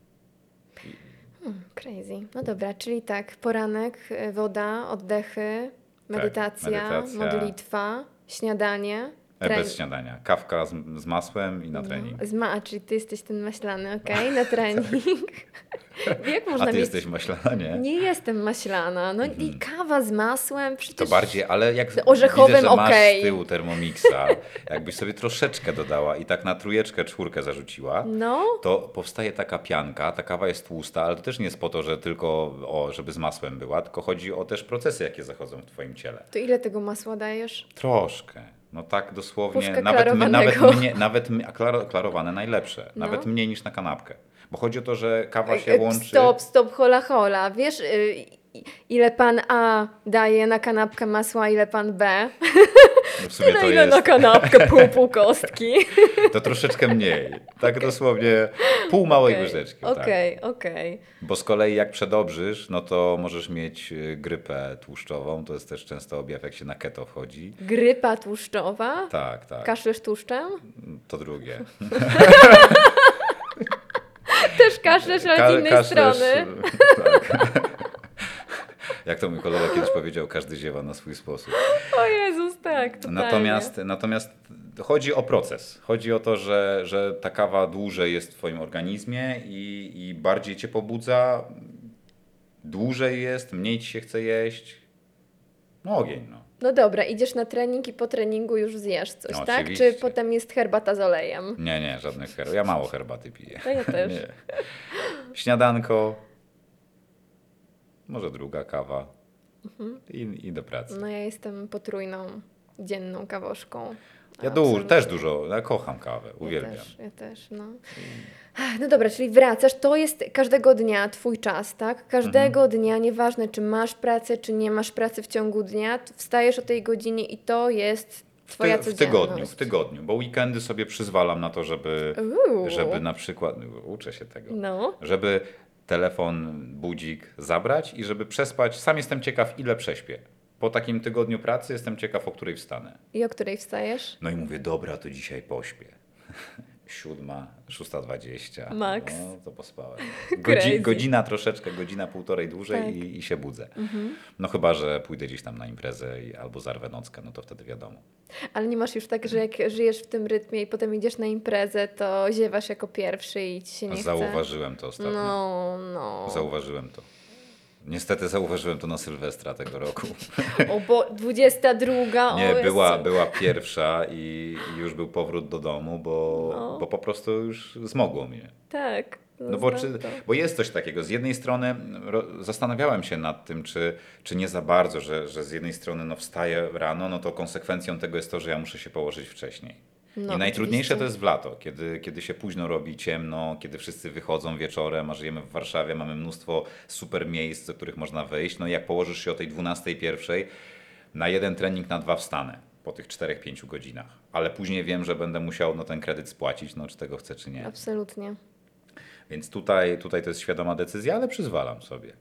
Hmm, crazy. No dobra, czyli tak, poranek, y, woda, oddechy, medytacja, medytacja. modlitwa, śniadanie, E, trening. Bez śniadania. Kawka z, z masłem i na No, trening. z ma- a, czyli ty jesteś ten maślany, okej, na trening. Jak można A ty mieć... jesteś maślana, nie? Nie jestem maślana. No i kawa z masłem, przecież... To bardziej, ale jak orzechowym widzę, że masz okej. z tyłu Thermomixa, jakbyś sobie troszeczkę dodała i tak na trójeczkę, czwórkę zarzuciła, No, to powstaje taka pianka, ta kawa jest tłusta, ale to też nie jest po to, że tylko o, żeby z masłem była, tylko chodzi o też procesy, jakie zachodzą w twoim ciele. to ile tego masła dajesz? Troszkę. No tak dosłownie, Puszkę nawet, my, nawet, klarowanego. mnie, nawet mnie- a klaro, klarowane najlepsze, No. nawet mniej niż na kanapkę. Bo chodzi o to, że kawa się E, łączy... Stop, stop, hola, hola. Wiesz, y, i- ile pan A daje na kanapkę masła, ile pan B? No w sumie Na to ile na jest kanapkę? Pół, pół kostki. to troszeczkę mniej. Tak dosłownie pół małej Okej, łyżeczki. Tak. Okej, okej. Bo z kolei jak przedobrzysz, no to możesz mieć y, grypę tłuszczową. To jest też często objaw, jak się na keto wchodzi. Grypa tłuszczowa? Tak, tak. Kaszlesz tłuszczem? To drugie. Też kaszlesz, ale Ka- z innej kaszlesz, strony. Tak. Jak to mój kolega kiedyś powiedział, każdy ziewa na swój sposób. O Jezus, tak, totalnie. Natomiast, natomiast chodzi o proces. Chodzi o to, że, że ta kawa dłużej jest w twoim organizmie i, i bardziej cię pobudza, dłużej jest, mniej ci się chce jeść. No ogień, no. No dobra, idziesz na trening i po treningu już zjesz coś, No, tak? oczywiście. Czy potem jest herbata z olejem? Nie, nie, żadnych herbat. Ja mało herbaty piję. To ja też. Nie. Śniadanko, może druga kawa i, i do pracy. No ja jestem potrójną, dzienną kawoszką. Ja Absolutnie. du- też dużo, ja kocham kawę, Ja uwielbiam. też, ja też, no. Ach, No dobra, czyli wracasz, to jest każdego dnia twój czas, tak? Każdego Mhm. dnia, nieważne czy masz pracę, czy nie masz pracy w ciągu dnia, to wstajesz o tej godzinie i to jest twoja w, ty- w codzienność. tygodniu, w tygodniu, bo weekendy sobie przyzwalam na to, żeby, Uuu. żeby na przykład, uczę się tego, No, żeby telefon, budzik zabrać i żeby przespać. Sam jestem ciekaw, ile prześpię. po takim tygodniu pracy jestem ciekaw, o której wstanę. I o której wstajesz? No i mówię, dobra, to dzisiaj pośpię. Siódma, szósta dwadzieścia. Max. No, to pospałem. Crazy. Godzi, godzina troszeczkę, godzina półtorej dłużej Tak. i, i się budzę. Mhm. No chyba, że pójdę gdzieś tam na imprezę i, albo zarwę nockę, no to wtedy wiadomo. Ale nie masz już tak, że jak żyjesz w tym rytmie i potem idziesz na imprezę, to ziewasz jako pierwszy i ci się nie chce? Zauważyłem to ostatnio. No, no. Zauważyłem to. Niestety zauważyłem to na Sylwestra tego roku. O, bo dwudziesta druga. Nie, o była, Jezu. była pierwsza i, i już był powrót do domu, bo, No. bo po prostu już zmogło mnie. Tak. No bo, znam czy, to. bo jest coś takiego. Z jednej strony ro, zastanawiałem się nad tym, czy, czy nie za bardzo, że, że z jednej strony no, wstaję rano, no to konsekwencją tego jest to, że ja muszę się położyć wcześniej. No, I najtrudniejsze oczywiście. to jest w lato, kiedy, kiedy się późno robi, ciemno, kiedy wszyscy wychodzą wieczorem, a żyjemy w Warszawie, mamy mnóstwo super miejsc, do których można wyjść. No i jak położysz się o tej dwunastej, pierwszej, na jeden trening, na dwa wstanę po tych czterech pięciu godzinach. Ale później wiem, że będę musiał no, ten kredyt spłacić, no czy tego chcę, czy nie. Absolutnie. Więc tutaj, tutaj to jest świadoma decyzja, ale przyzwalam sobie.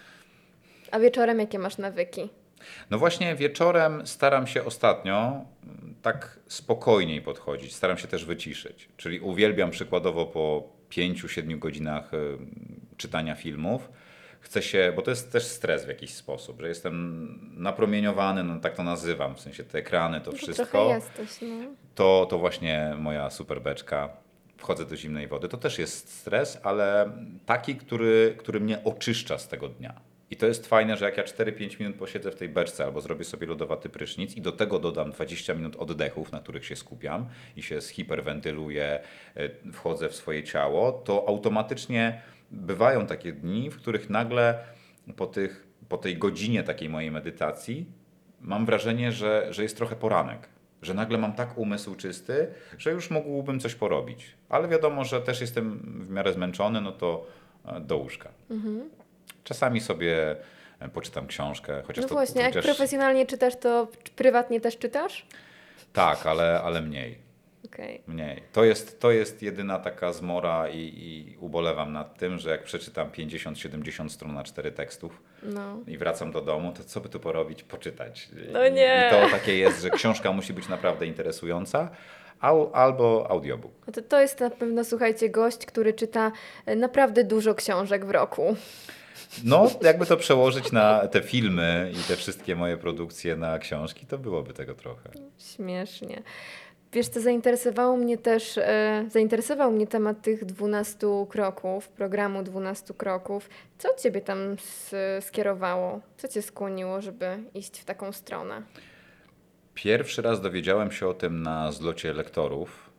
A wieczorem jakie masz nawyki? No właśnie wieczorem staram się ostatnio mm, tak spokojniej podchodzić, staram się też wyciszyć. Czyli uwielbiam przykładowo po pięciu, siedmiu godzinach y, czytania filmów. Chcę się, bo to jest też stres w jakiś sposób, że jestem napromieniowany, no tak to nazywam, w sensie te ekrany, to No to wszystko. trochę jesteś, no. To, to właśnie moja super beczka. Wchodzę do zimnej wody. To też jest stres, ale taki, który, który mnie oczyszcza z tego dnia. I to jest fajne, że jak ja cztery pięć minut posiedzę w tej beczce albo zrobię sobie lodowaty prysznic i do tego dodam dwadzieścia minut oddechów, na których się skupiam i się zhiperwentyluję, y, wchodzę w swoje ciało, to automatycznie bywają takie dni, w których nagle po, tych, po tej godzinie takiej mojej medytacji mam wrażenie, że, że jest trochę poranek. Że nagle mam tak umysł czysty, że już mógłbym coś porobić. Ale wiadomo, że też jestem w miarę zmęczony, no to e, do łóżka. Mhm. Czasami sobie e, poczytam książkę, chociaż No to właśnie, jak chociaż... profesjonalnie czytasz, to prywatnie też czytasz? Tak, ale, ale mniej. Okej. Mniej. To jest, to jest jedyna taka zmora i, i ubolewam nad tym, że jak przeczytam pięćdziesiąt siedemdziesiąt stron na cztery tekstów No. i wracam do domu, to co by tu porobić? Poczytać. No I, nie. I to takie jest, że książka musi być naprawdę interesująca, au, albo audiobook. No to, to jest na pewno, słuchajcie, gość, który czyta e, naprawdę dużo książek w roku. No, jakby to przełożyć na te filmy i te wszystkie moje produkcje na książki, to byłoby tego trochę. Śmiesznie. Wiesz co, zainteresowało mnie też, e, zainteresował mnie temat tych dwunastu kroków, programu dwunastu kroków. Co Ciebie tam s- skierowało? Co Cię skłoniło, żeby iść w taką stronę? Pierwszy raz dowiedziałem się o tym na zlocie lektorów,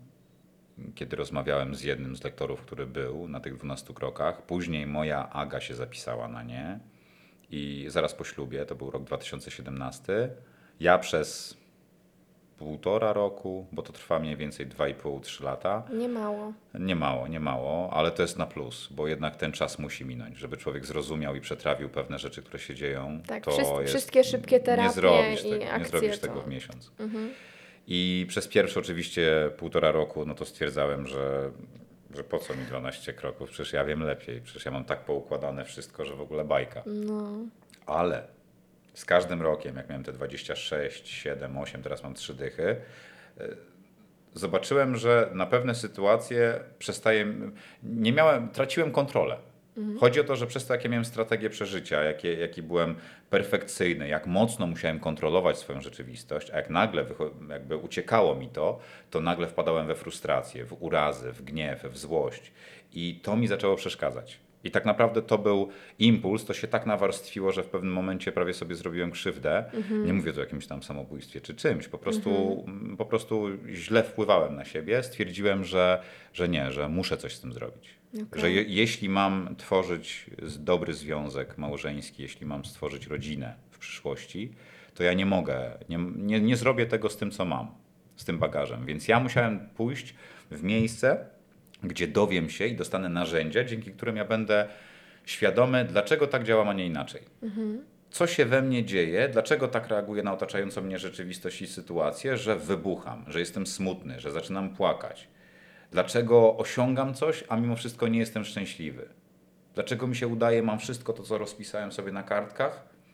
kiedy rozmawiałem z jednym z lektorów, który był na tych dwunastu krokach. Później moja Aga się zapisała na nie i zaraz po ślubie, to był rok dwa tysiące siedemnasty, ja przez półtora roku, bo to trwa mniej więcej dwa i pół do trzech lata. Nie mało. Nie mało, nie mało, ale to jest na plus, bo jednak ten czas musi minąć, żeby człowiek zrozumiał i przetrawił pewne rzeczy, które się dzieją. Tak, to wszyscy- jest, wszystkie szybkie terapie nie zrobisz i tego, nie akcje zrobisz to- tego w miesiąc. Mhm. I przez pierwsze oczywiście półtora roku, no to stwierdzałem, że, że po co mi dwanaście kroków, przecież ja wiem lepiej, przecież ja mam tak poukładane wszystko, że w ogóle bajka. No. Ale z każdym rokiem, jak miałem te dwadzieścia sześć, siedem, osiem, teraz mam trzy dychy, y, zobaczyłem, że na pewne sytuacje przestaję, nie miałem, traciłem kontrolę. Chodzi o to, że przez to, jakie miałem strategię przeżycia, jakie, jaki byłem perfekcyjny, jak mocno musiałem kontrolować swoją rzeczywistość, a jak nagle wycho- jakby uciekało mi to, to nagle wpadałem we frustrację, w urazy, w gniew, w złość. I to mi zaczęło przeszkadzać. I tak naprawdę to był impuls, to się tak nawarstwiło, że w pewnym momencie prawie sobie zrobiłem krzywdę. Nie mówię tu o jakimś tam samobójstwie czy czymś, po prostu, mm, po prostu źle wpływałem na siebie. Stwierdziłem, że, że nie, że muszę coś z tym zrobić. Okej. Że je, jeśli mam tworzyć z- dobry związek małżeński, jeśli mam stworzyć rodzinę w przyszłości, to ja nie mogę, nie, nie, nie zrobię tego z tym, co mam, z tym bagażem. Więc ja musiałem pójść w miejsce, gdzie dowiem się i dostanę narzędzia, dzięki którym ja będę świadomy, dlaczego tak działam, a nie inaczej. Co się we mnie dzieje, dlaczego tak reaguję na otaczającą mnie rzeczywistość i sytuację, że wybucham, że jestem smutny, że zaczynam płakać. Dlaczego osiągam coś, a mimo wszystko nie jestem szczęśliwy. Dlaczego mi się udaje, mam wszystko to, co rozpisałem sobie na kartkach,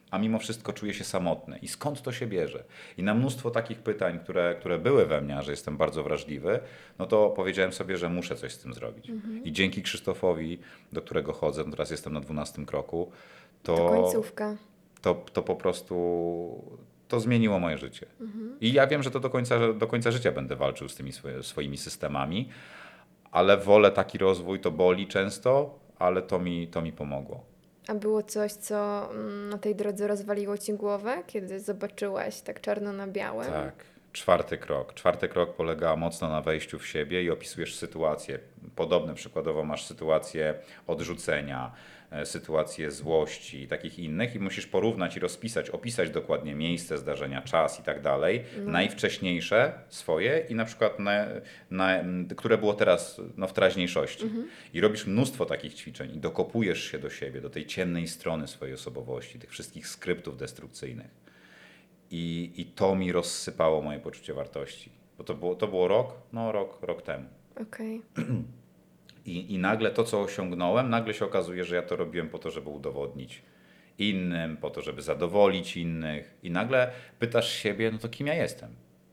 a mimo wszystko czuję się samotny. I skąd to się bierze? I na mnóstwo takich pytań, które, które były we mnie, a że jestem bardzo wrażliwy, no to powiedziałem sobie, że muszę coś z tym zrobić. Mhm. I dzięki Krzysztofowi, do którego chodzę, no teraz jestem na dwunastym kroku, to, to końcówka. To, to po prostu to zmieniło moje życie. Mhm. I ja wiem, że to do końca, do końca życia będę walczył z tymi swoje, swoimi systemami, ale wolę taki rozwój, to boli często, ale to mi, to mi pomogło. A było coś, co na tej drodze rozwaliło ci głowę, kiedy zobaczyłaś tak czarno na białym? Tak. Czwarty krok. Czwarty krok polega mocno na wejściu w siebie i opisujesz sytuacje. Podobne przykładowo masz sytuację odrzucenia, sytuację złości i takich innych i musisz porównać i rozpisać, opisać dokładnie miejsce zdarzenia, czas i tak dalej. No. Najwcześniejsze swoje i na przykład na, na, które było teraz no, w teraźniejszości. Mhm. I robisz mnóstwo takich ćwiczeń i dokopujesz się do siebie, do tej ciemnej strony swojej osobowości, tych wszystkich skryptów destrukcyjnych. I, I to mi rozsypało moje poczucie wartości. Bo to było, to było rok, no rok, rok temu. Okej. I, I nagle to, co osiągnąłem, nagle się okazuje, że ja to robiłem po to, żeby udowodnić innym, po to, żeby zadowolić innych. I nagle pytasz siebie, no to kim ja jestem?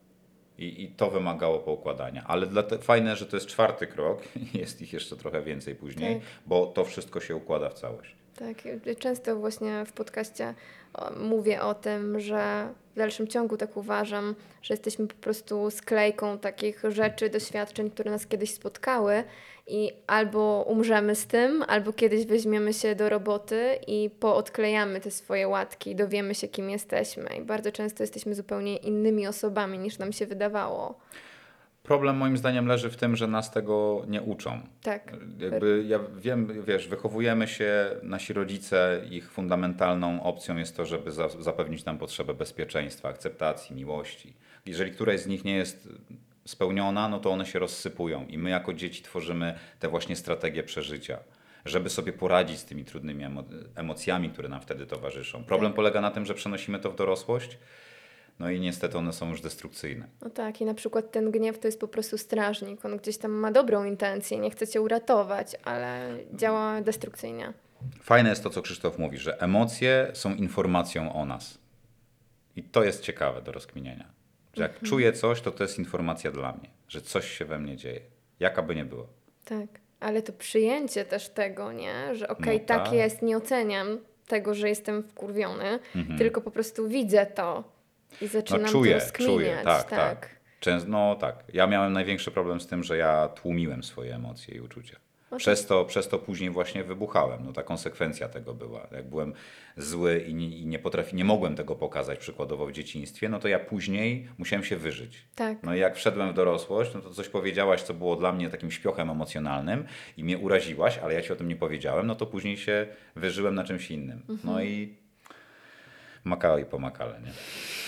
I, i to wymagało poukładania. Ale dla te, fajne, że to jest czwarty krok, jest ich jeszcze trochę więcej później, tak. Bo to wszystko się układa w całość. Tak, często właśnie w podcaście mówię o tym, że w dalszym ciągu tak uważam, że jesteśmy po prostu sklejką takich rzeczy, doświadczeń, które nas kiedyś spotkały i albo umrzemy z tym, albo kiedyś weźmiemy się do roboty i poodklejamy te swoje łatki, dowiemy się, kim jesteśmy. I bardzo często jesteśmy zupełnie innymi osobami, niż nam się wydawało. Problem moim zdaniem leży w tym, że nas tego nie uczą. Tak. Jakby ja wiem, wiesz, wychowujemy się, nasi rodzice, ich fundamentalną opcją jest to, żeby za, zapewnić nam potrzebę bezpieczeństwa, akceptacji, miłości. Jeżeli któraś z nich nie jest spełniona, no to one się rozsypują i my jako dzieci tworzymy te właśnie strategie przeżycia, żeby sobie poradzić z tymi trudnymi emo- emocjami, które nam wtedy towarzyszą. Problem tak. polega na tym, że przenosimy to w dorosłość. No i niestety one są już destrukcyjne. No tak, i na przykład ten gniew to jest po prostu strażnik. On gdzieś tam ma dobrą intencję, nie chce cię uratować, ale działa destrukcyjnie. Fajne jest to, co Krzysztof mówi, że emocje są informacją o nas. I to jest ciekawe do rozkminienia. Że jak mhm. czuję coś, to to jest informacja dla mnie, że coś się we mnie dzieje. Jaka by nie było. Tak, ale to przyjęcie też tego, nie? Że okej, okay, no tak tak jest, nie oceniam tego, że jestem wkurwiony, mhm. tylko po prostu widzę to. I zaczynam no, czuję, to rozkminiać. Czuję, tak, tak. tak. Często, no tak. Ja miałem największy problem z tym, że ja tłumiłem swoje emocje i uczucia. Okay. Przez to, przez to później właśnie wybuchałem. No ta konsekwencja tego była. Jak byłem zły i nie, i nie potrafi, nie mogłem tego pokazać przykładowo w dzieciństwie, no to ja później musiałem się wyżyć. Tak. No i jak wszedłem w dorosłość, no to coś powiedziałaś, co było dla mnie takim śpiochem emocjonalnym i mnie uraziłaś, ale ja ci o tym nie powiedziałem, no to później się wyżyłem na czymś innym. Mhm. No i makała i pomakale, nie?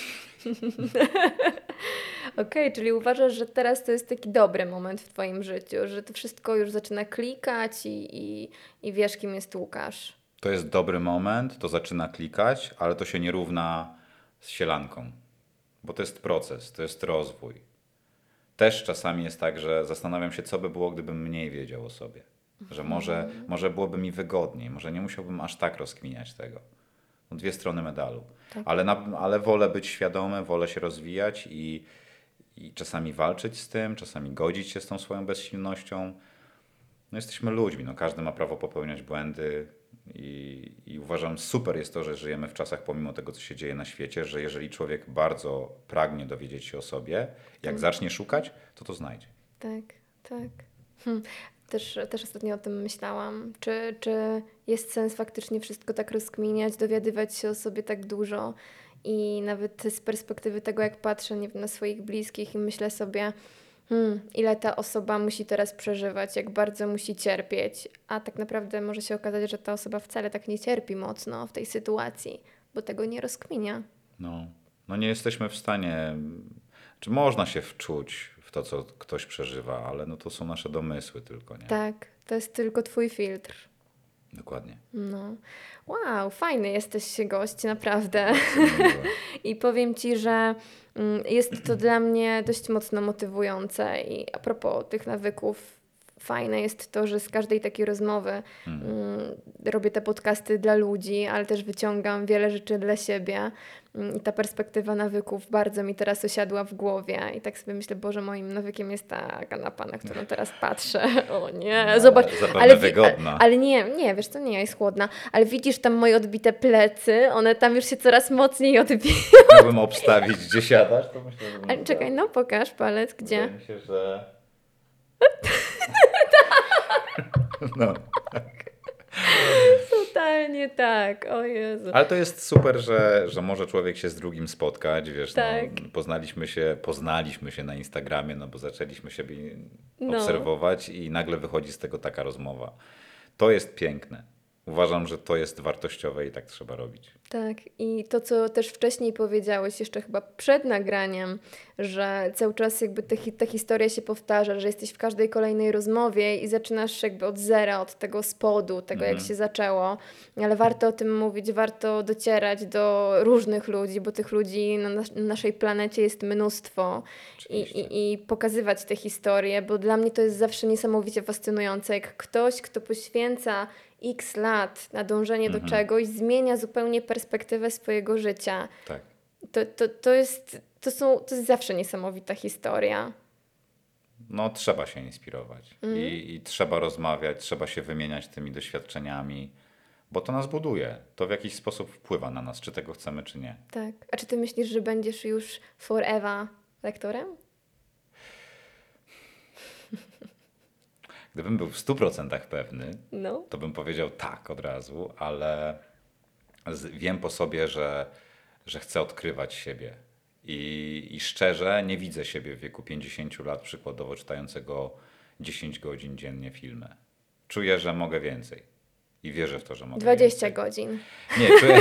Okej, okay, czyli uważasz, że teraz to jest taki dobry moment w twoim życiu, że to wszystko już zaczyna klikać i, i, i wiesz, kim jest Łukasz. To jest dobry moment, to zaczyna klikać, ale to się nie równa z sielanką, bo to jest proces, to jest rozwój. Też czasami jest tak, że zastanawiam się, co by było, gdybym mniej wiedział o sobie. Że może, mhm. może byłoby mi wygodniej, może nie musiałbym aż tak rozkminiać tego. No, dwie strony medalu. Tak. Ale, na, ale wolę być świadomy, wolę się rozwijać i, i czasami walczyć z tym, czasami godzić się z tą swoją bezsilnością. No jesteśmy ludźmi, no każdy ma prawo popełniać błędy i, i uważam, super jest to, że żyjemy w czasach, pomimo tego, co się dzieje na świecie, że jeżeli człowiek bardzo pragnie dowiedzieć się o sobie, jak tak. zacznie szukać, to to znajdzie. Tak, tak. Hm. Też, też ostatnio o tym myślałam. Czy, czy jest sens faktycznie wszystko tak rozkminiać, dowiadywać się o sobie tak dużo i nawet z perspektywy tego, jak patrzę nie wiem, na swoich bliskich i myślę sobie, hmm, ile ta osoba musi teraz przeżywać, jak bardzo musi cierpieć, a tak naprawdę może się okazać, że ta osoba wcale tak nie cierpi mocno w tej sytuacji, bo tego nie rozkminia. No, no nie jesteśmy w stanie, czy można się wczuć w to, co ktoś przeżywa, ale no to są nasze domysły tylko, nie? Tak, to jest tylko twój filtr. Dokładnie. No. Wow, fajny jesteś gość, naprawdę. I powiem ci, że jest to dla mnie dość mocno motywujące i a propos tych nawyków fajne jest to, że z każdej takiej rozmowy hmm. y, robię te podcasty dla ludzi, ale też wyciągam wiele rzeczy dla siebie. I ta perspektywa nawyków bardzo mi teraz osiadła w głowie i tak sobie myślę, Boże, moim nawykiem jest ta kanapa, na którą teraz patrzę. O nie, no, zobacz. Zapewne ale, wygodna. Ale, ale nie, nie, wiesz co, nie, jest chłodna. Ale widzisz tam moje odbite plecy, one tam już się coraz mocniej odbijają. Miałbym obstawić, gdzie siadasz, to myślę, że... Ale czekaj, no pokaż palec, gdzie? Wydaje mi się, że... no. Totalnie tak, o Jezu. Ale to jest super, że, że może człowiek się z drugim spotkać, wiesz, tak. no, poznaliśmy się, poznaliśmy się na Instagramie, no bo zaczęliśmy siebie no. obserwować i nagle wychodzi z tego taka rozmowa. To jest piękne. Uważam, że to jest wartościowe i tak trzeba robić. Tak, i to, co też wcześniej powiedziałeś, jeszcze chyba przed nagraniem, że cały czas jakby te, ta historia się powtarza, że jesteś w każdej kolejnej rozmowie i zaczynasz jakby od zera, od tego spodu, tego mm. jak się zaczęło, ale warto o tym mówić, warto docierać do różnych ludzi, bo tych ludzi na nas- naszej planecie jest mnóstwo i, i, i pokazywać te historie, bo dla mnie to jest zawsze niesamowicie fascynujące, jak ktoś, kto poświęca x lat na dążenie mm-hmm. do czegoś, zmienia zupełnie perspektywę swojego życia. Tak. To, to, to, jest, to, są, to jest zawsze niesamowita historia. No trzeba się inspirować mm. I, i trzeba rozmawiać, trzeba się wymieniać tymi doświadczeniami, bo to nas buduje. To w jakiś sposób wpływa na nas, czy tego chcemy, czy nie. Tak. A czy ty myślisz, że będziesz już forever lektorem? Gdybym był w stu procentach pewny, no. to bym powiedział tak od razu, ale z, wiem po sobie, że, że chcę odkrywać siebie. I, I szczerze nie widzę siebie w wieku pięćdziesięciu lat przykładowo czytającego dziesięć godzin dziennie filmy. Czuję, że mogę więcej. I wierzę w to, że mogę dwadzieścia więcej. godzin. Nie, czuję...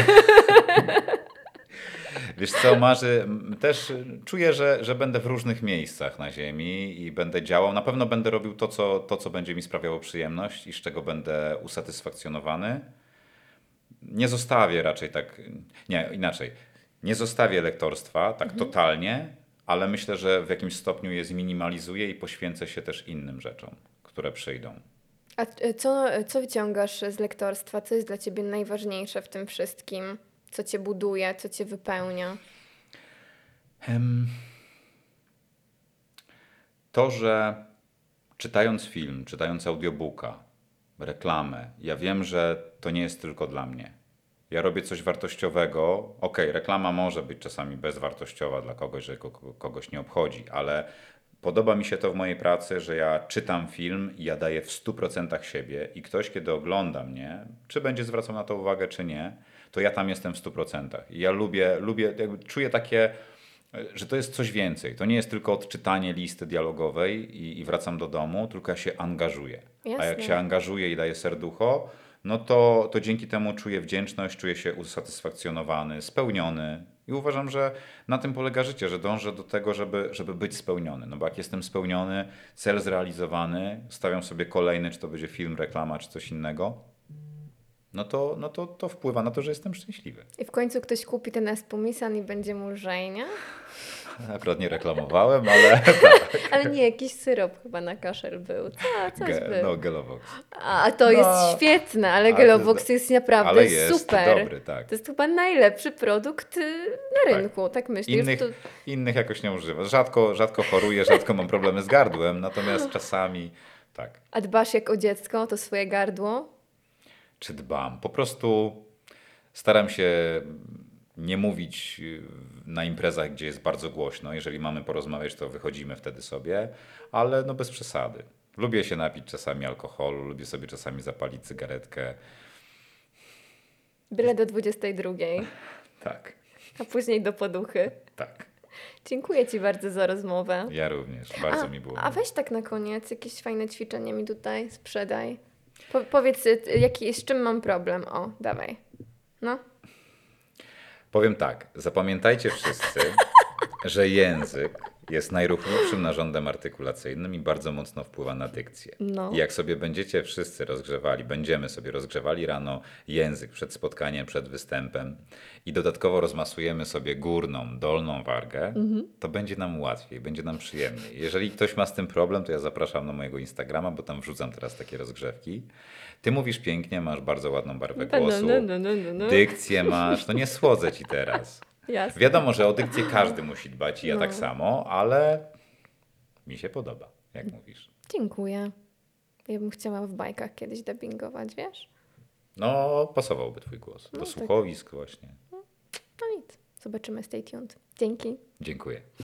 Wiesz co, Marzy, też czuję, że, że będę w różnych miejscach na ziemi i będę działał. Na pewno będę robił to co, to, co będzie mi sprawiało przyjemność i z czego będę usatysfakcjonowany. Nie zostawię raczej tak... Nie, inaczej. Nie zostawię lektorstwa tak mhm. totalnie, ale myślę, że w jakimś stopniu je zminimalizuję i poświęcę się też innym rzeczom, które przyjdą. A co, co wyciągasz z lektorstwa? Co jest dla ciebie najważniejsze w tym wszystkim? Co cię buduje, co cię wypełnia? Um, to, że czytając film, czytając audiobooka, reklamę, ja wiem, że to nie jest tylko dla mnie. Ja robię coś wartościowego. Okej, reklama może być czasami bezwartościowa dla kogoś, że kogoś nie obchodzi, ale podoba mi się to w mojej pracy, że ja czytam film i ja daję w stu procentach siebie i ktoś, kiedy ogląda mnie, czy będzie zwracał na to uwagę, czy nie, to ja tam jestem w stu procentach. I ja lubię, lubię, jakby czuję takie, że to jest coś więcej. To nie jest tylko odczytanie listy dialogowej i, i wracam do domu, tylko ja się angażuję. Jasne. A jak się angażuję i daję serducho, no to, to dzięki temu czuję wdzięczność, czuję się usatysfakcjonowany, spełniony. I uważam, że na tym polega życie, że dążę do tego, żeby, żeby być spełniony. No bo jak jestem spełniony, cel zrealizowany, stawiam sobie kolejny, czy to będzie film, reklama, czy coś innego, no to, no to, to wpływa na to, że jestem szczęśliwy. I w końcu ktoś kupi ten Espumisan i będzie mu lżej, nie? Akurat nie reklamowałem, ale... ale nie, jakiś syrop chyba na kaszel był. Co, coś Ge- był. No, Gelovox. A to no, jest świetne, ale Gelovox jest naprawdę ale jest super. Dobry, tak. To jest chyba najlepszy produkt na rynku, tak, tak myślisz? Innych, to... innych jakoś nie używam. Rzadko, rzadko choruję, rzadko mam problemy z gardłem, natomiast czasami tak. A dbasz jak o dziecko, o to swoje gardło? Czy dbam? Po prostu staram się nie mówić na imprezach, gdzie jest bardzo głośno. Jeżeli mamy porozmawiać, to wychodzimy wtedy sobie, ale no bez przesady. Lubię się napić czasami alkoholu, lubię sobie czasami zapalić cygaretkę. Byle do dwudziestej drugiej. Tak. A później do poduchy. Tak. Dziękuję ci bardzo za rozmowę. Ja również. Bardzo a, mi było. A weź tak na koniec jakieś fajne ćwiczenie mi tutaj sprzedaj. Po, powiedz, jaki, z czym mam problem. O, dawaj. No. Powiem tak. Zapamiętajcie wszyscy, że język jest najruchliwszym narządem artykulacyjnym i bardzo mocno wpływa na dykcję. No. I jak sobie będziecie wszyscy rozgrzewali, będziemy sobie rozgrzewali rano język przed spotkaniem, przed występem i dodatkowo rozmasujemy sobie górną, dolną wargę, Mhm. to będzie nam łatwiej, będzie nam przyjemniej. Jeżeli ktoś ma z tym problem, to ja zapraszam na mojego Instagrama, bo tam wrzucam teraz takie rozgrzewki. Ty mówisz pięknie, masz bardzo ładną barwę głosu, No, no, no, no, no. dykcję masz, no nie słodzę ci teraz. Jasne. Wiadomo, że o dykcję każdy musi dbać i ja No. tak samo, ale mi się podoba, jak mówisz. Dziękuję. Ja bym chciała w bajkach kiedyś dubbingować, wiesz? No, pasowałby twój głos do No tak. słuchowisk właśnie. No nic. Zobaczymy. Stay tuned. Dzięki. Dziękuję.